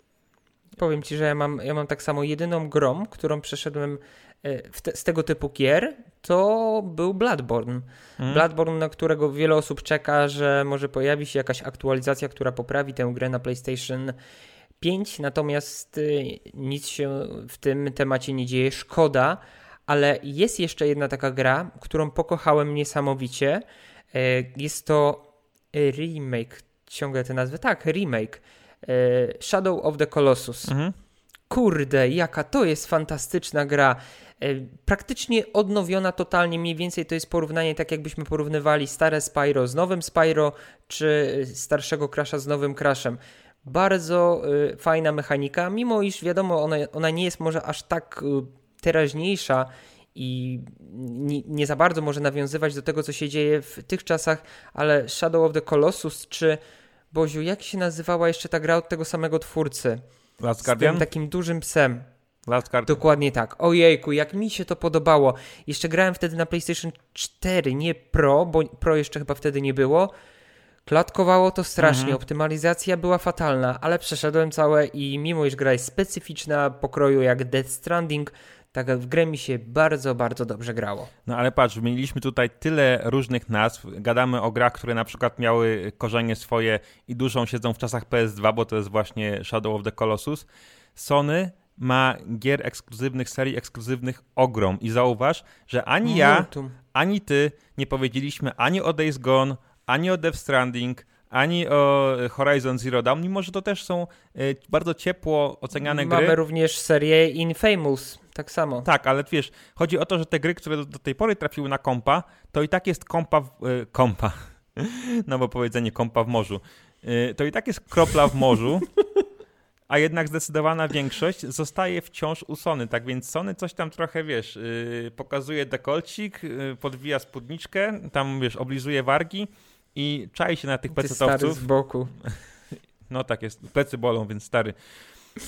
Powiem ci, że ja mam, ja mam tak samo jedyną grą, którą przeszedłem w te, z tego typu gier, to był Bloodborne. Hmm. Bloodborne, na którego wiele osób czeka, że może pojawi się jakaś aktualizacja, która poprawi tę grę na PlayStation pięć, natomiast nic się w tym temacie nie dzieje, szkoda, ale jest jeszcze jedna taka gra, którą pokochałem niesamowicie. Jest to remake, ciągle tę nazwę, tak, remake Shadow of the Colossus. Hmm. Kurde, jaka to jest fantastyczna gra. Praktycznie odnowiona totalnie, mniej więcej to jest porównanie tak jakbyśmy porównywali stare Spyro z nowym Spyro, czy starszego Crasha z nowym Crashem. Bardzo y, fajna mechanika, mimo iż wiadomo, ona, ona nie jest może aż tak y, teraźniejsza i nie, nie za bardzo może nawiązywać do tego, co się dzieje w tych czasach, ale Shadow of the Colossus, czy Boziu, jak się nazywała jeszcze ta gra od tego samego twórcy? Last Guardian? Z tym takim dużym psem. Last Guardian. Dokładnie tak. Ojejku, jak mi się to podobało. Jeszcze grałem wtedy na PlayStation cztery, nie Pro, bo Pro jeszcze chyba wtedy nie było. Klatkowało to strasznie, mhm. Optymalizacja była fatalna, ale przeszedłem całe i mimo iż gra jest specyficzna pokroju jak Death Stranding, tak w grę mi się bardzo, bardzo dobrze grało. No ale patrz, mieliśmy tutaj tyle różnych nazw, gadamy o grach, które na przykład miały korzenie swoje i duszą siedzą w czasach P S dwa, bo to jest właśnie Shadow of the Colossus. Sony ma gier ekskluzywnych, serii ekskluzywnych ogrom i zauważ, że ani ja, Multum. ani ty nie powiedzieliśmy ani o Days Gone, ani o Death Stranding, ani o Horizon Zero Dawn, mimo że to też są y, bardzo ciepło oceniane Mamy gry. Mamy również serię Infamous, tak samo. Tak, ale wiesz, chodzi o to, że te gry, które do, do tej pory trafiły na kompa, to i tak jest kompa w, y, kompa, no bo powiedzenie kompa w morzu, y, to i tak jest kropla w morzu, a jednak zdecydowana większość zostaje wciąż u Sony, tak więc Sony coś tam trochę, wiesz, yy, pokazuje dekolcik, yy, podwija spódniczkę, tam, wiesz, oblizuje wargi i czai się na tych pecetowców. Stary z boku. No tak jest, plecy bolą, więc stary. Yy,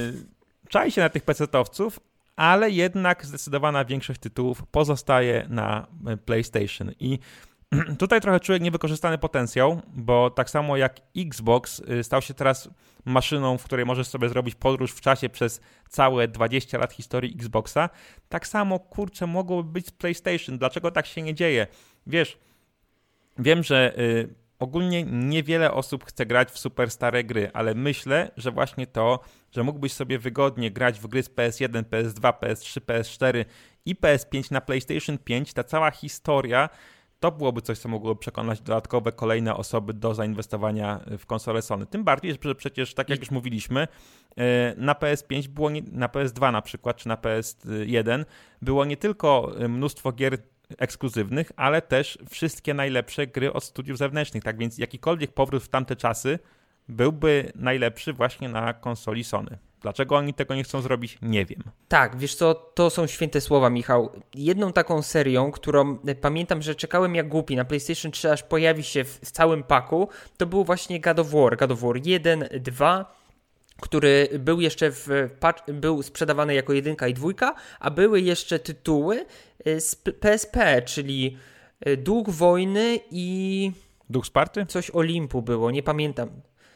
czai się na tych pecetowców, ale jednak zdecydowana większość tytułów pozostaje na PlayStation i tutaj trochę czuję niewykorzystany potencjał, bo tak samo jak Xbox stał się teraz maszyną, w której możesz sobie zrobić podróż w czasie przez całe dwadzieścia lat historii Xboxa, tak samo, kurczę, mogłoby być z PlayStation. Dlaczego tak się nie dzieje? Wiesz, wiem, że y, ogólnie niewiele osób chce grać w super stare gry, ale myślę, że właśnie to, że mógłbyś sobie wygodnie grać w gry z P S jeden, P S dwa, P S trzy, P S cztery i P S pięć na PlayStation pięć, ta cała historia, to byłoby coś, co mogłoby przekonać dodatkowe kolejne osoby do zainwestowania w konsolę Sony. Tym bardziej, że przecież, tak jak już mówiliśmy, na P S pięć było, nie, na P S dwa na przykład, czy na P S jeden było nie tylko mnóstwo gier ekskluzywnych, ale też wszystkie najlepsze gry od studiów zewnętrznych. Tak więc jakikolwiek powrót w tamte czasy byłby najlepszy właśnie na konsoli Sony. Dlaczego oni tego nie chcą zrobić? Nie wiem. Tak, wiesz co, to są święte słowa, Michał. Jedną taką serią, którą pamiętam, że czekałem jak głupi na PlayStation trzy, aż pojawi się w, w całym paku, to był właśnie God of War. God of War jeden, dwa, który był jeszcze w, był sprzedawany jako jedynka i dwójka, a były jeszcze tytuły z P S P, czyli Duch Wojny i... Duch Sparty? Coś Olimpu było, nie pamiętam.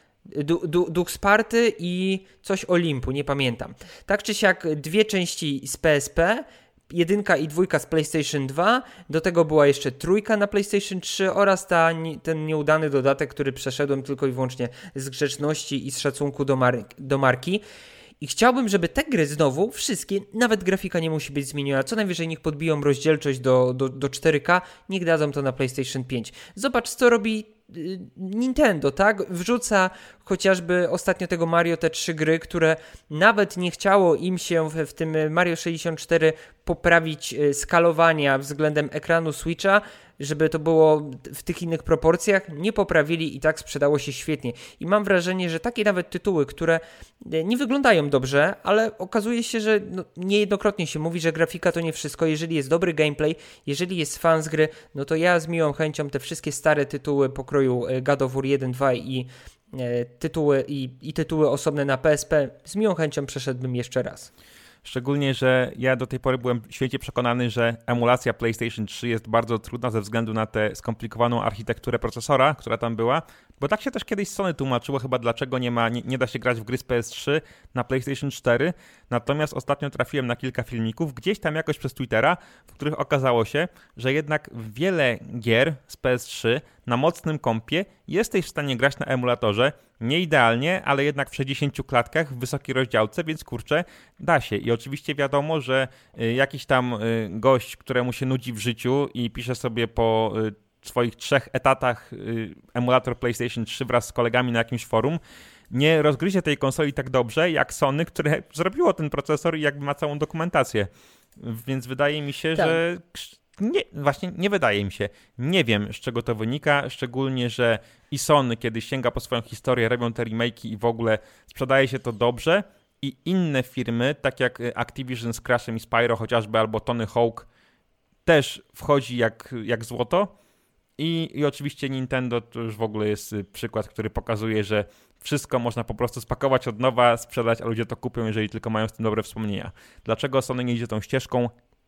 Du, du, Duch Sparty i coś Olimpu, nie pamiętam. Tak czy siak dwie części z P S P, jedynka i dwójka z PlayStation dwa, do tego była jeszcze trójka na PlayStation trzy oraz ta, ten nieudany dodatek, który przeszedłem tylko i wyłącznie z grzeczności i z szacunku do, mar- do marki. I chciałbym, żeby te gry znowu, wszystkie, nawet grafika nie musi być zmieniona, co najwyżej niech podbiją rozdzielczość do, do, do cztery K, niech dadzą to na PlayStation pięć. Zobacz, co robi y, Nintendo, tak? Wrzuca chociażby ostatnio tego Mario, te trzy gry, które nawet nie chciało im się w, w tym Mario sześćdziesiąt cztery poprawić y, skalowania względem ekranu Switcha, żeby to było w tych innych proporcjach, nie poprawili i tak sprzedało się świetnie. I mam wrażenie, że takie nawet tytuły, które nie wyglądają dobrze, ale okazuje się, że no, niejednokrotnie się mówi, że grafika to nie wszystko. Jeżeli jest dobry gameplay, jeżeli jest fan z gry, no to ja z miłą chęcią te wszystkie stare tytuły pokroju God of War jeden, dwa i e, tytuły i, i tytuły osobne na P S P z miłą chęcią przeszedłbym jeszcze raz. Szczególnie, że ja do tej pory byłem święcie przekonany, że emulacja PlayStation trzy jest bardzo trudna ze względu na tę skomplikowaną architekturę procesora, która tam była, bo tak się też kiedyś Sony tłumaczyło chyba, dlaczego nie ma, nie, nie da się grać w gry z P S trzy na PlayStation cztery, natomiast ostatnio trafiłem na kilka filmików, gdzieś tam jakoś przez Twittera, w których okazało się, że jednak wiele gier z P S trzy na mocnym kompie jesteś w stanie grać na emulatorze, nie idealnie, ale jednak w sześćdziesięciu klatkach w wysokiej rozdziałce, więc kurczę, da się. I oczywiście wiadomo, że jakiś tam gość, któremu się nudzi w życiu i pisze sobie po swoich trzech etatach emulator PlayStation trzy wraz z kolegami na jakimś forum, nie rozgryzie tej konsoli tak dobrze jak Sony, które zrobiło ten procesor i jakby ma całą dokumentację. Więc wydaje mi się, tak. że... Nie, właśnie nie wydaje mi się. Nie wiem, z czego to wynika, szczególnie, że i Sony, kiedy sięga po swoją historię, robią te remake'i i w ogóle sprzedaje się to dobrze i inne firmy, tak jak Activision z Crashem i Spyro chociażby, albo Tony Hawk, też wchodzi jak, jak złoto I, i oczywiście Nintendo to już w ogóle jest przykład, który pokazuje, że wszystko można po prostu spakować od nowa, sprzedać, a ludzie to kupią, jeżeli tylko mają z tym dobre wspomnienia. Dlaczego Sony nie idzie tą ścieżką?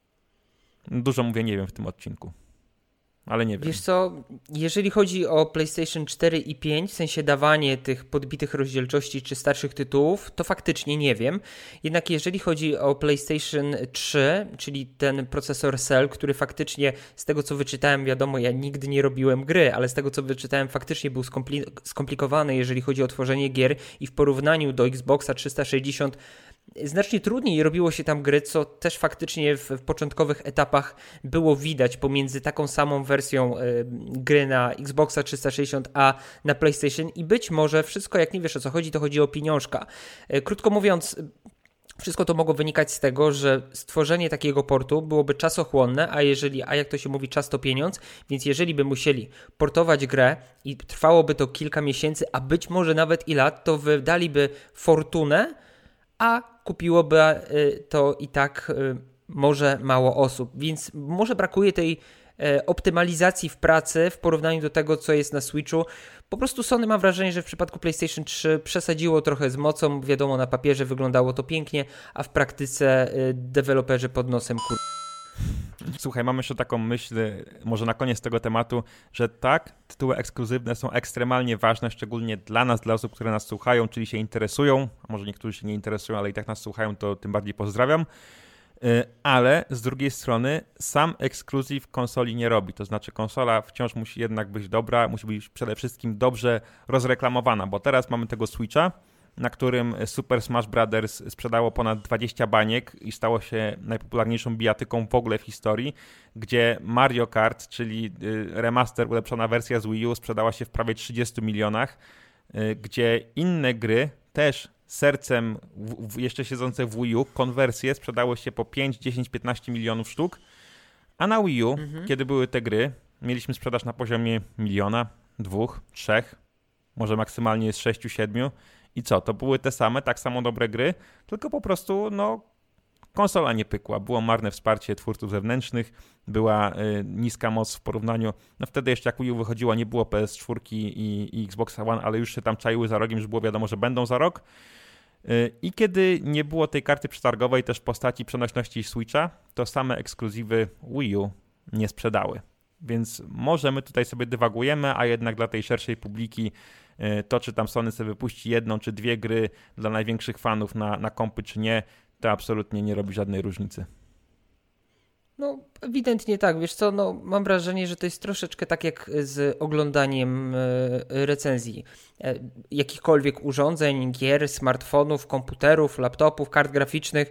Dużo mówię, nie wiem w tym odcinku, ale nie wiem. Wiesz co, jeżeli chodzi o PlayStation cztery i pięć, w sensie dawanie tych podbitych rozdzielczości czy starszych tytułów, to faktycznie nie wiem. Jednak jeżeli chodzi o PlayStation trzy, czyli ten procesor Cell, który faktycznie z tego co wyczytałem, wiadomo, ja nigdy nie robiłem gry, ale z tego co wyczytałem faktycznie był skompli- skomplikowany, jeżeli chodzi o tworzenie gier i w porównaniu do Xboxa trzysta sześćdziesiąt znacznie trudniej robiło się tam gry, co też faktycznie w, w początkowych etapach było widać pomiędzy taką samą wersją y, gry na Xboxa trzysta sześćdziesiąt a na PlayStation i być może wszystko, jak nie wiesz o co chodzi, to chodzi o pieniążka. Y, krótko mówiąc, wszystko to mogło wynikać z tego, że stworzenie takiego portu byłoby czasochłonne, a jeżeli, a jak to się mówi, czas to pieniądz, więc jeżeli by musieli portować grę i trwałoby to kilka miesięcy, a być może nawet i lat, to wydaliby fortunę, a kupiłoby to i tak może mało osób, więc może brakuje tej optymalizacji w pracy w porównaniu do tego, co jest na Switchu. Po prostu Sony, mam wrażenie, że w przypadku PlayStation trzy przesadziło trochę z mocą, wiadomo, na papierze wyglądało to pięknie, a w praktyce deweloperzy pod nosem kur... Słuchaj, mam jeszcze taką myśl, może na koniec tego tematu, że tak, tytuły ekskluzywne są ekstremalnie ważne, szczególnie dla nas, dla osób, które nas słuchają, czyli się interesują, a może niektórzy się nie interesują, ale i tak nas słuchają, to tym bardziej pozdrawiam. ale z drugiej strony sam ekskluzyw konsoli nie robi, to znaczy konsola wciąż musi jednak być dobra, musi być przede wszystkim dobrze rozreklamowana, bo teraz mamy tego Switcha, na którym Super Smash Bros. Sprzedało ponad dwadzieścia baniek i stało się najpopularniejszą bijatyką w ogóle w historii, gdzie Mario Kart, czyli remaster, ulepszona wersja z Wii U sprzedała się w prawie trzydziestu milionach, gdzie inne gry też sercem w, w, jeszcze siedzące w Wii U, konwersje sprzedały się po pięć, dziesięć, piętnaście milionów sztuk, a na Wii U, mhm. kiedy były te gry, mieliśmy sprzedaż na poziomie miliona, dwóch, trzech, może maksymalnie jest sześciu, siedmiu. I co? To były te same, tak samo dobre gry, tylko po prostu no konsola nie pykła. Było marne wsparcie twórców zewnętrznych, była y, niska moc w porównaniu. No wtedy jeszcze jak Wii U wychodziła, nie było P S cztery i, i Xbox One, ale już się tam czaiły za rogiem, że było wiadomo, że będą za rok. Y, I kiedy nie było tej karty przetargowej też w postaci przenośności Switcha, to same ekskluzywy Wii U nie sprzedały. Więc może my tutaj sobie dywagujemy, a jednak dla tej szerszej publiki to, czy tam Sony sobie wypuści jedną czy dwie gry dla największych fanów na, na kompy, czy nie, to absolutnie nie robi żadnej różnicy. No, ewidentnie tak. Wiesz co, no, mam wrażenie, że to jest troszeczkę tak jak z oglądaniem e, recenzji e, jakichkolwiek urządzeń, gier, smartfonów, komputerów, laptopów, kart graficznych.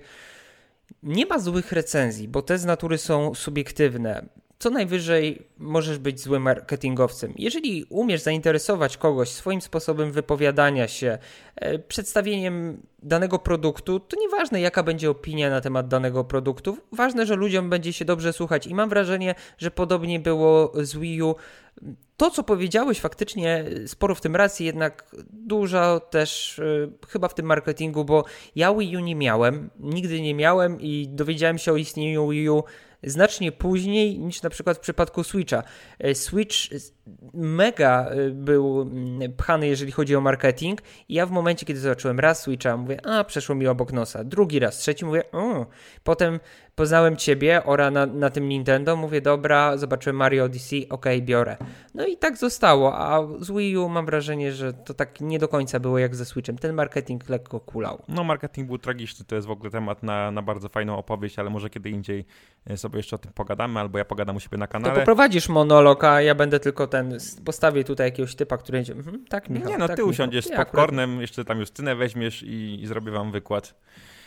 Nie ma złych recenzji, bo te z natury są subiektywne. Co najwyżej możesz być złym marketingowcem. Jeżeli umiesz zainteresować kogoś swoim sposobem wypowiadania się, e, przedstawieniem danego produktu, to nieważne jaka będzie opinia na temat danego produktu, ważne, że ludziom będzie się dobrze słuchać i mam wrażenie, że podobnie było z Wii U. To, co powiedziałeś, faktycznie sporo w tym racji, jednak dużo też y, chyba w tym marketingu, bo ja Wii U nie miałem, nigdy nie miałem i dowiedziałem się o istnieniu Wii U znacznie później niż na przykład w przypadku Switcha. Switch mega był pchany, jeżeli chodzi o marketing i ja w momencie, kiedy zobaczyłem raz Switcha, mówię, a przeszło mi obok nosa, drugi raz, trzeci, mówię, o. Potem poznałem ciebie, ora na, na tym Nintendo, mówię, dobra, zobaczyłem Mario Odyssey, okej, okay, biorę. No i tak zostało, a z Wii U mam wrażenie, że to tak nie do końca było jak ze Switchem. Ten marketing lekko kulał. No marketing był tragiczny, to jest w ogóle temat na, na bardzo fajną opowieść, ale może kiedy indziej sobie jeszcze o tym pogadamy, albo ja pogadam u siebie na kanale. To poprowadzisz monolog, a ja będę tylko ten, postawię tutaj jakiegoś typa, który będzie, mhm, tak Michał, Nie no, tak, ty Michał. usiądziesz Ja z popcornem, akurat... jeszcze tam Justynę weźmiesz i, i zrobię wam wykład.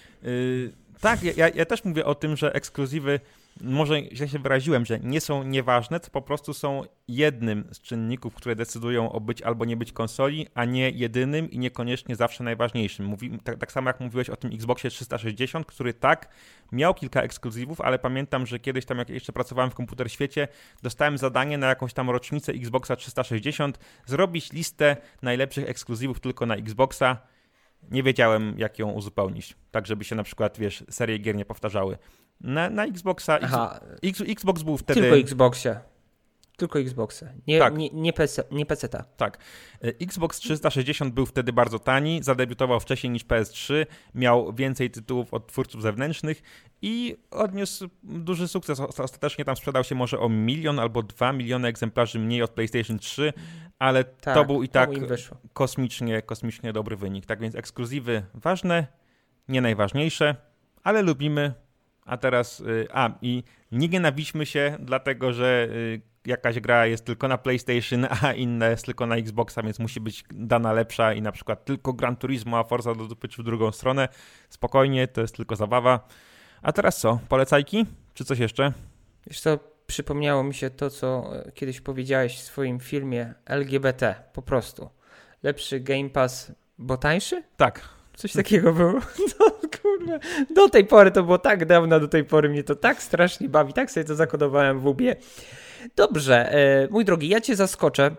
Yy, tak, ja, ja też mówię o tym, że ekskluzywy, może źle się wyraziłem, że nie są nieważne, to po prostu są jednym z czynników, które decydują o być albo nie być konsoli, a nie jedynym i niekoniecznie zawsze najważniejszym. Mówi, tak, tak samo jak mówiłeś o tym Xboxie trzysta sześćdziesiąt, który tak, miał kilka ekskluzywów, ale pamiętam, że kiedyś tam jak jeszcze pracowałem w Komputer Świecie, dostałem zadanie na jakąś tam rocznicę Xboxa trzysta sześćdziesiąt zrobić listę najlepszych ekskluzywów tylko na Xboxa. Nie wiedziałem, jak ją uzupełnić, tak żeby się na przykład, wiesz, serie gier nie powtarzały. Na, na Xboxa, Aha. X, Xbox był wtedy... Tylko Xboxie. Tylko Xboxa, nie, tak. nie, nie, P C, nie P C ta. Tak. Xbox trzysta sześćdziesiąt był wtedy bardzo tani, zadebiutował wcześniej niż P S trzy, miał więcej tytułów od twórców zewnętrznych i odniósł duży sukces. Ostatecznie tam sprzedał się może o milion albo dwa miliony egzemplarzy mniej od PlayStation trzy, ale tak, to był i tak kosmicznie, kosmicznie dobry wynik. Tak więc ekskluzywy ważne, nie najważniejsze, ale lubimy. A teraz, a i nie nienawidźmy się, dlatego że jakaś gra jest tylko na PlayStation, a inna jest tylko na Xboxa, więc musi być dana lepsza i na przykład tylko Gran Turismo, a Forza do dupy czy w drugą stronę. Spokojnie, to jest tylko zabawa. A teraz co? Polecajki? Czy coś jeszcze? Wiesz co, przypomniało mi się to, co kiedyś powiedziałeś w swoim filmie L G B T. Po prostu. Lepszy Game Pass, bo tańszy? Tak. Coś takiego było. No kurwa. Do tej pory to było tak dawno, do tej pory mnie to tak strasznie bawi. Tak sobie to zakodowałem w łbie. Dobrze, e, mój drogi, ja cię zaskoczę,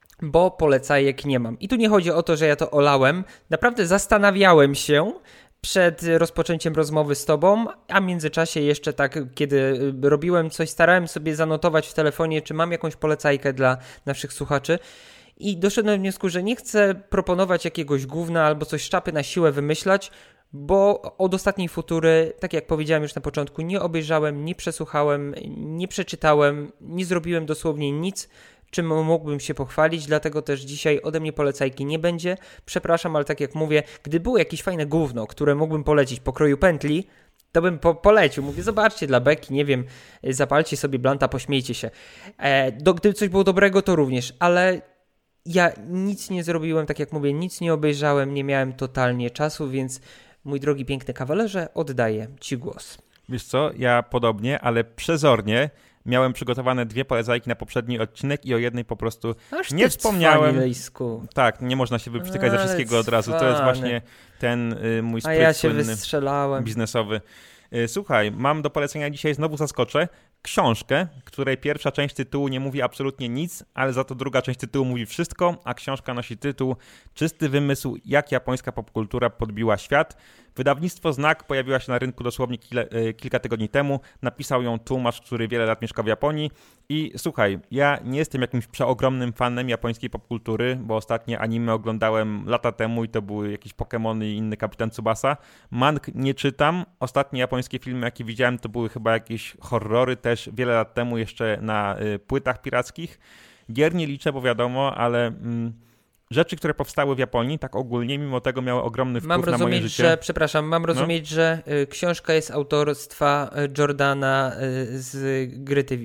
bo polecajek nie mam. I tu nie chodzi o to, że ja to olałem. Naprawdę zastanawiałem się przed rozpoczęciem rozmowy z tobą, a w międzyczasie jeszcze tak, kiedy robiłem coś, starałem sobie zanotować w telefonie, czy mam jakąś polecajkę dla naszych słuchaczy. I doszedłem do wniosku, że nie chcę proponować jakiegoś gówna albo coś z czapy na siłę wymyślać, bo od ostatniej Futury, tak jak powiedziałem już na początku, nie obejrzałem, nie przesłuchałem, nie przeczytałem, nie zrobiłem dosłownie nic, czym mógłbym się pochwalić, dlatego też dzisiaj ode mnie polecajki nie będzie. Przepraszam, ale tak jak mówię, gdy było jakieś fajne gówno, które mógłbym polecić pokroju pętli, to bym po, polecił. Mówię, zobaczcie dla beki, nie wiem, zapalcie sobie blanta, pośmiejcie się. E, do, gdyby coś było dobrego, to również, ale ja nic nie zrobiłem, tak jak mówię, nic nie obejrzałem, nie miałem totalnie czasu, więc mój drogi, piękny kawalerze, oddaję ci głos. Wiesz co, ja podobnie, ale przezornie miałem przygotowane dwie polecajki na poprzedni odcinek i o jednej po prostu Aż nie wspomniałem. Lejsku. Tak, nie można się wyprztykać ze wszystkiego od razu. To jest właśnie ten y, mój spryt A ja się słynny, wystrzelałem. biznesowy. Y, słuchaj, mam do polecenia dzisiaj, znowu zaskoczę, książkę, której pierwsza część tytułu nie mówi absolutnie nic, ale za to druga część tytułu mówi wszystko, a książka nosi tytuł Czysty wymysł, jak japońska popkultura podbiła świat. Wydawnictwo Znak pojawiła się na rynku dosłownie kilka, kilka tygodni temu. Napisał ją tłumacz, który wiele lat mieszka w Japonii. I słuchaj, ja nie jestem jakimś przeogromnym fanem japońskiej popkultury, bo ostatnie anime oglądałem lata temu i to były jakieś Pokemony i inny Kapitan Tsubasa. Mang nie czytam. Ostatnie japońskie filmy, jakie widziałem, to były chyba jakieś horrory też wiele lat temu jeszcze na y, płytach pirackich. Gier nie liczę, bo wiadomo, ale... Mm, rzeczy, które powstały w Japonii, tak ogólnie, mimo tego miały ogromny wpływ mam na moje życie. Że, przepraszam, mam rozumieć, no? że y, książka jest autorstwa y, Jordana y, z gry T V.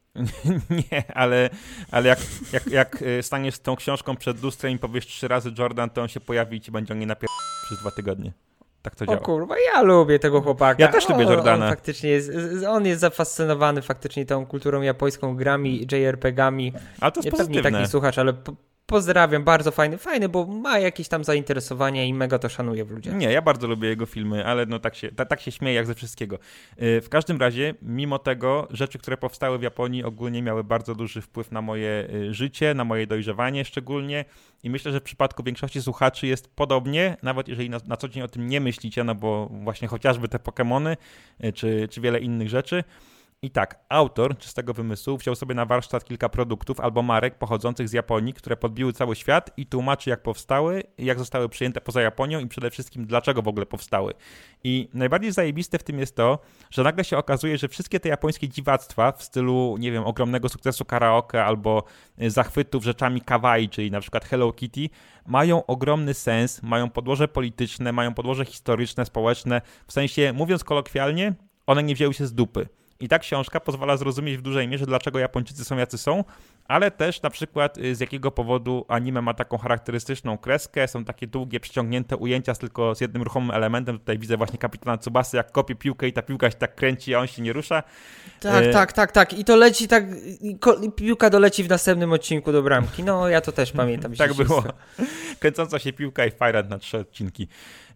Nie, ale, ale jak, jak, jak staniesz z tą książką przed lustrem i powiesz trzy razy Jordan, to on się pojawi i ci będzie o nie napier... przez dwa tygodnie. Tak to działa. O kurwa, ja lubię tego chłopaka. Ja też lubię Jordana. On faktycznie jest, on jest zafascynowany faktycznie tą kulturą japońską, grami, J R P G-ami. Ale to jest pozytywne. Pewnie taki słuchacz, ale... Po, Pozdrawiam, bardzo fajny, fajny, bo ma jakieś tam zainteresowania i mega to szanuję w ludziach. Nie, ja bardzo lubię jego filmy, ale no tak się, ta, tak się śmieję jak ze wszystkiego. Yy, w każdym razie, mimo tego, rzeczy, które powstały w Japonii ogólnie miały bardzo duży wpływ na moje y, życie, na moje dojrzewanie szczególnie i myślę, że w przypadku większości słuchaczy jest podobnie, nawet jeżeli na, na co dzień o tym nie myślicie, no bo właśnie chociażby te Pokemony y, czy, czy wiele innych rzeczy. I tak, autor Czystego Wymysłu wziął sobie na warsztat kilka produktów albo marek pochodzących z Japonii, które podbiły cały świat i tłumaczy, jak powstały, jak zostały przyjęte poza Japonią i przede wszystkim dlaczego w ogóle powstały. I najbardziej zajebiste w tym jest to, że nagle się okazuje, że wszystkie te japońskie dziwactwa w stylu, nie wiem, ogromnego sukcesu karaoke albo zachwytów rzeczami kawaii, czyli na przykład Hello Kitty, mają ogromny sens, mają podłoże polityczne, mają podłoże historyczne, społeczne, w sensie, mówiąc kolokwialnie, one nie wzięły się z dupy. I ta książka pozwala zrozumieć w dużej mierze, dlaczego Japończycy są jacy są, ale też na przykład z jakiego powodu anime ma taką charakterystyczną kreskę, są takie długie, przyciągnięte ujęcia z tylko z jednym ruchomym elementem. Tutaj widzę właśnie kapitana Tsubasy, jak kopie piłkę i ta piłka się tak kręci, a on się nie rusza. Tak, e... tak, tak, tak. I to leci tak, i piłka doleci w następnym odcinku do bramki. No, ja to też pamiętam. Tak było. Kręcąca się piłka i Fajrant na trzy odcinki.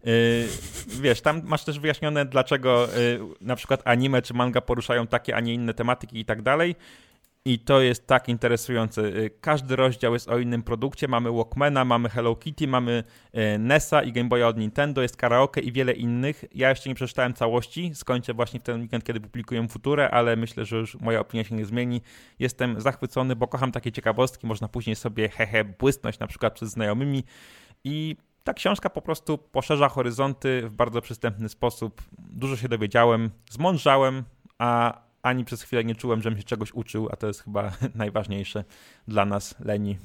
Yy, wiesz, tam masz też wyjaśnione, dlaczego yy, na przykład anime czy manga poruszają takie, a nie inne tematyki i tak dalej. I to jest tak interesujące. Yy, każdy rozdział jest o innym produkcie. Mamy Walkmana, mamy Hello Kitty, mamy yy, N E S-a i Game Boya od Nintendo, jest karaoke i wiele innych. Ja jeszcze nie przeczytałem całości. Skończę właśnie w ten weekend, kiedy publikuję Futurę, ale myślę, że już moja opinia się nie zmieni. Jestem zachwycony, bo kocham takie ciekawostki. Można później sobie hehe błysnąć na przykład przed znajomymi i ta książka po prostu poszerza horyzonty w bardzo przystępny sposób. Dużo się dowiedziałem, zmądrzałem, a ani przez chwilę nie czułem, żebym się czegoś uczył, a to jest chyba najważniejsze dla nas, leni.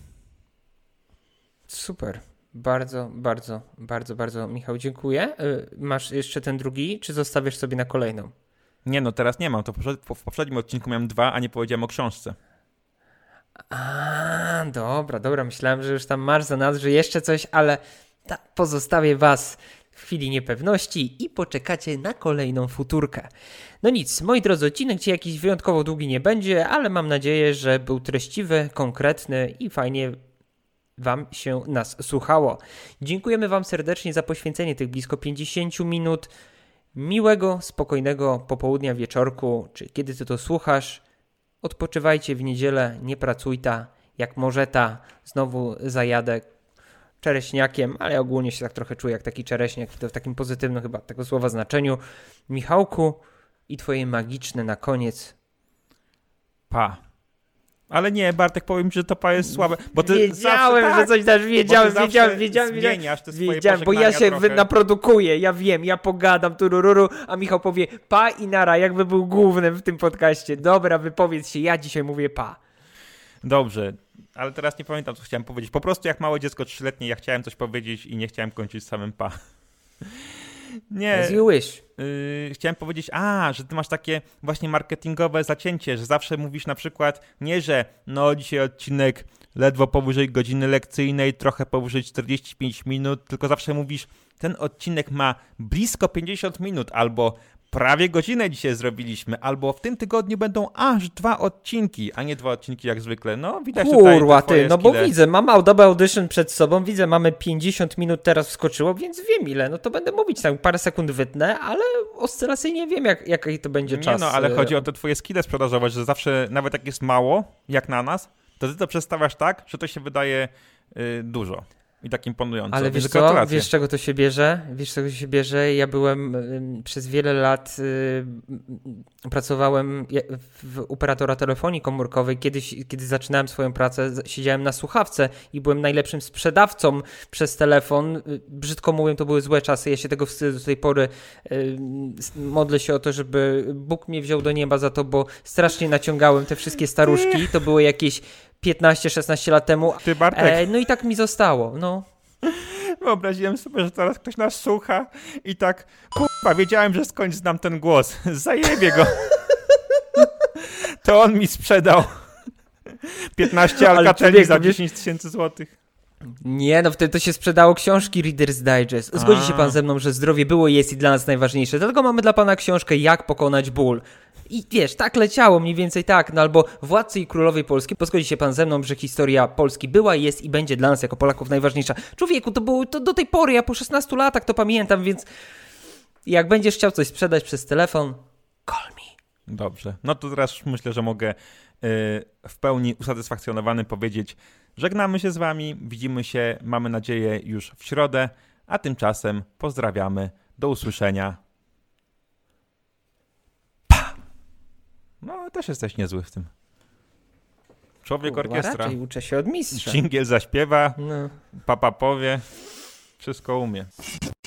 Super. Bardzo, bardzo, bardzo, bardzo, Michał, dziękuję. Masz jeszcze ten drugi, czy zostawiasz sobie na kolejną? Nie, no teraz nie mam. To w poprzednim odcinku miałem dwa, a nie powiedziałem o książce. A, dobra, dobra. Myślałem, że już tam masz za nas, że jeszcze coś, ale... Ta, pozostawię was w chwili niepewności i poczekacie na kolejną futurkę. No nic, moi drodzy, odcinek dzisiaj jakiś wyjątkowo długi nie będzie, ale mam nadzieję, że był treściwy, konkretny i fajnie wam się nas słuchało. Dziękujemy wam serdecznie za poświęcenie tych blisko pięćdziesiąt minut. Miłego, spokojnego popołudnia, wieczorku, czy kiedy ty to słuchasz. Odpoczywajcie w niedzielę, nie pracuj ta, jak może ta, znowu zajadę czereśniakiem, ale ja ogólnie się tak trochę czuję jak taki czereśniak, to w takim pozytywnym chyba tego słowa znaczeniu. Michałku, i twoje magiczne na koniec. Pa. Ale nie, Bartek, powiem ci, że to pa jest słabe. Bo ty wiedziałem, zawsze, że coś dasz, wiedziałem, wiedziałem, wiedziałem, wiedziałem, te swoje wiedziałem, bo ja się trochę. naprodukuję, ja wiem, ja pogadam, turururu, a Michał powie pa i nara, jakby był głównym w tym podcaście. Dobra, wypowiedz się, ja dzisiaj mówię pa. Dobrze, ale teraz nie pamiętam, co chciałem powiedzieć. Po prostu jak małe dziecko trzyletnie, ja chciałem coś powiedzieć i nie chciałem kończyć samym pa. Nie. As you wish. Yy, chciałem powiedzieć, a, że ty masz takie właśnie marketingowe zacięcie, że zawsze mówisz na przykład, nie, że no dzisiaj odcinek ledwo powyżej godziny lekcyjnej, trochę powyżej czterdzieści pięć minut, tylko zawsze mówisz, ten odcinek ma blisko pięćdziesiąt minut, albo prawie godzinę dzisiaj zrobiliśmy, albo w tym tygodniu będą aż dwa odcinki, a nie dwa odcinki jak zwykle. No, widać tutaj Kurwa, ty, no skille. bo widzę, mam Adobe Audition przed sobą, widzę, mamy pięćdziesiąt minut teraz wskoczyło, więc wiem ile, no to będę mówić, tam parę sekund wytnę, ale oscylacyjnie wiem, jak, jaki to będzie nie czas. No, ale chodzi o te twoje skille sprzedażowe, że zawsze, nawet jak jest mało, jak na nas, to ty to przedstawiasz tak, że to się wydaje y, dużo. I tak imponująco. Ale wiesz co, wiesz czego to się bierze? Wiesz czego to się bierze? Ja byłem y, przez wiele lat, y, pracowałem w operatora telefonii komórkowej. Kiedyś, kiedy zaczynałem swoją pracę, siedziałem na słuchawce i byłem najlepszym sprzedawcą przez telefon. Brzydko mówiąc, to były złe czasy. Ja się tego wstydzę do tej pory. Y, modlę się o to, żeby Bóg mnie wziął do nieba za to, bo strasznie naciągałem te wszystkie staruszki. To były jakieś piętnaście szesnaście lat temu. Ty, Bartek. E, no i tak mi zostało, no. Wyobraziłem sobie, że teraz ktoś nas słucha i tak, kurwa, wiedziałem, że skądś znam ten głos. Zajebie go. To on mi sprzedał piętnaście Alcateli za dziesięć tysięcy złotych. Nie, no wtedy to się sprzedało książki Reader's Digest. Zgodzi A. się pan ze mną, że zdrowie było, jest i dla nas najważniejsze. Dlatego mamy dla pana książkę Jak pokonać ból. I wiesz, tak leciało, mniej więcej tak, no albo Władcy i Królowej Polski, bo zgodzi się pan ze mną, że historia Polski była, jest i będzie dla nas jako Polaków najważniejsza. Człowieku, to było to do tej pory, ja po szesnastu latach to pamiętam, więc jak będziesz chciał coś sprzedać przez telefon, call me. Dobrze, no to teraz myślę, że mogę yy, w pełni usatysfakcjonowany powiedzieć, żegnamy się z wami, widzimy się, mamy nadzieję, już w środę, a tymczasem pozdrawiamy, do usłyszenia. No, też jesteś niezły w tym. Człowiek Kurwa, orkiestra. raczej uczę się od mistrza. Dżingiel zaśpiewa, No. papa powie, wszystko umie.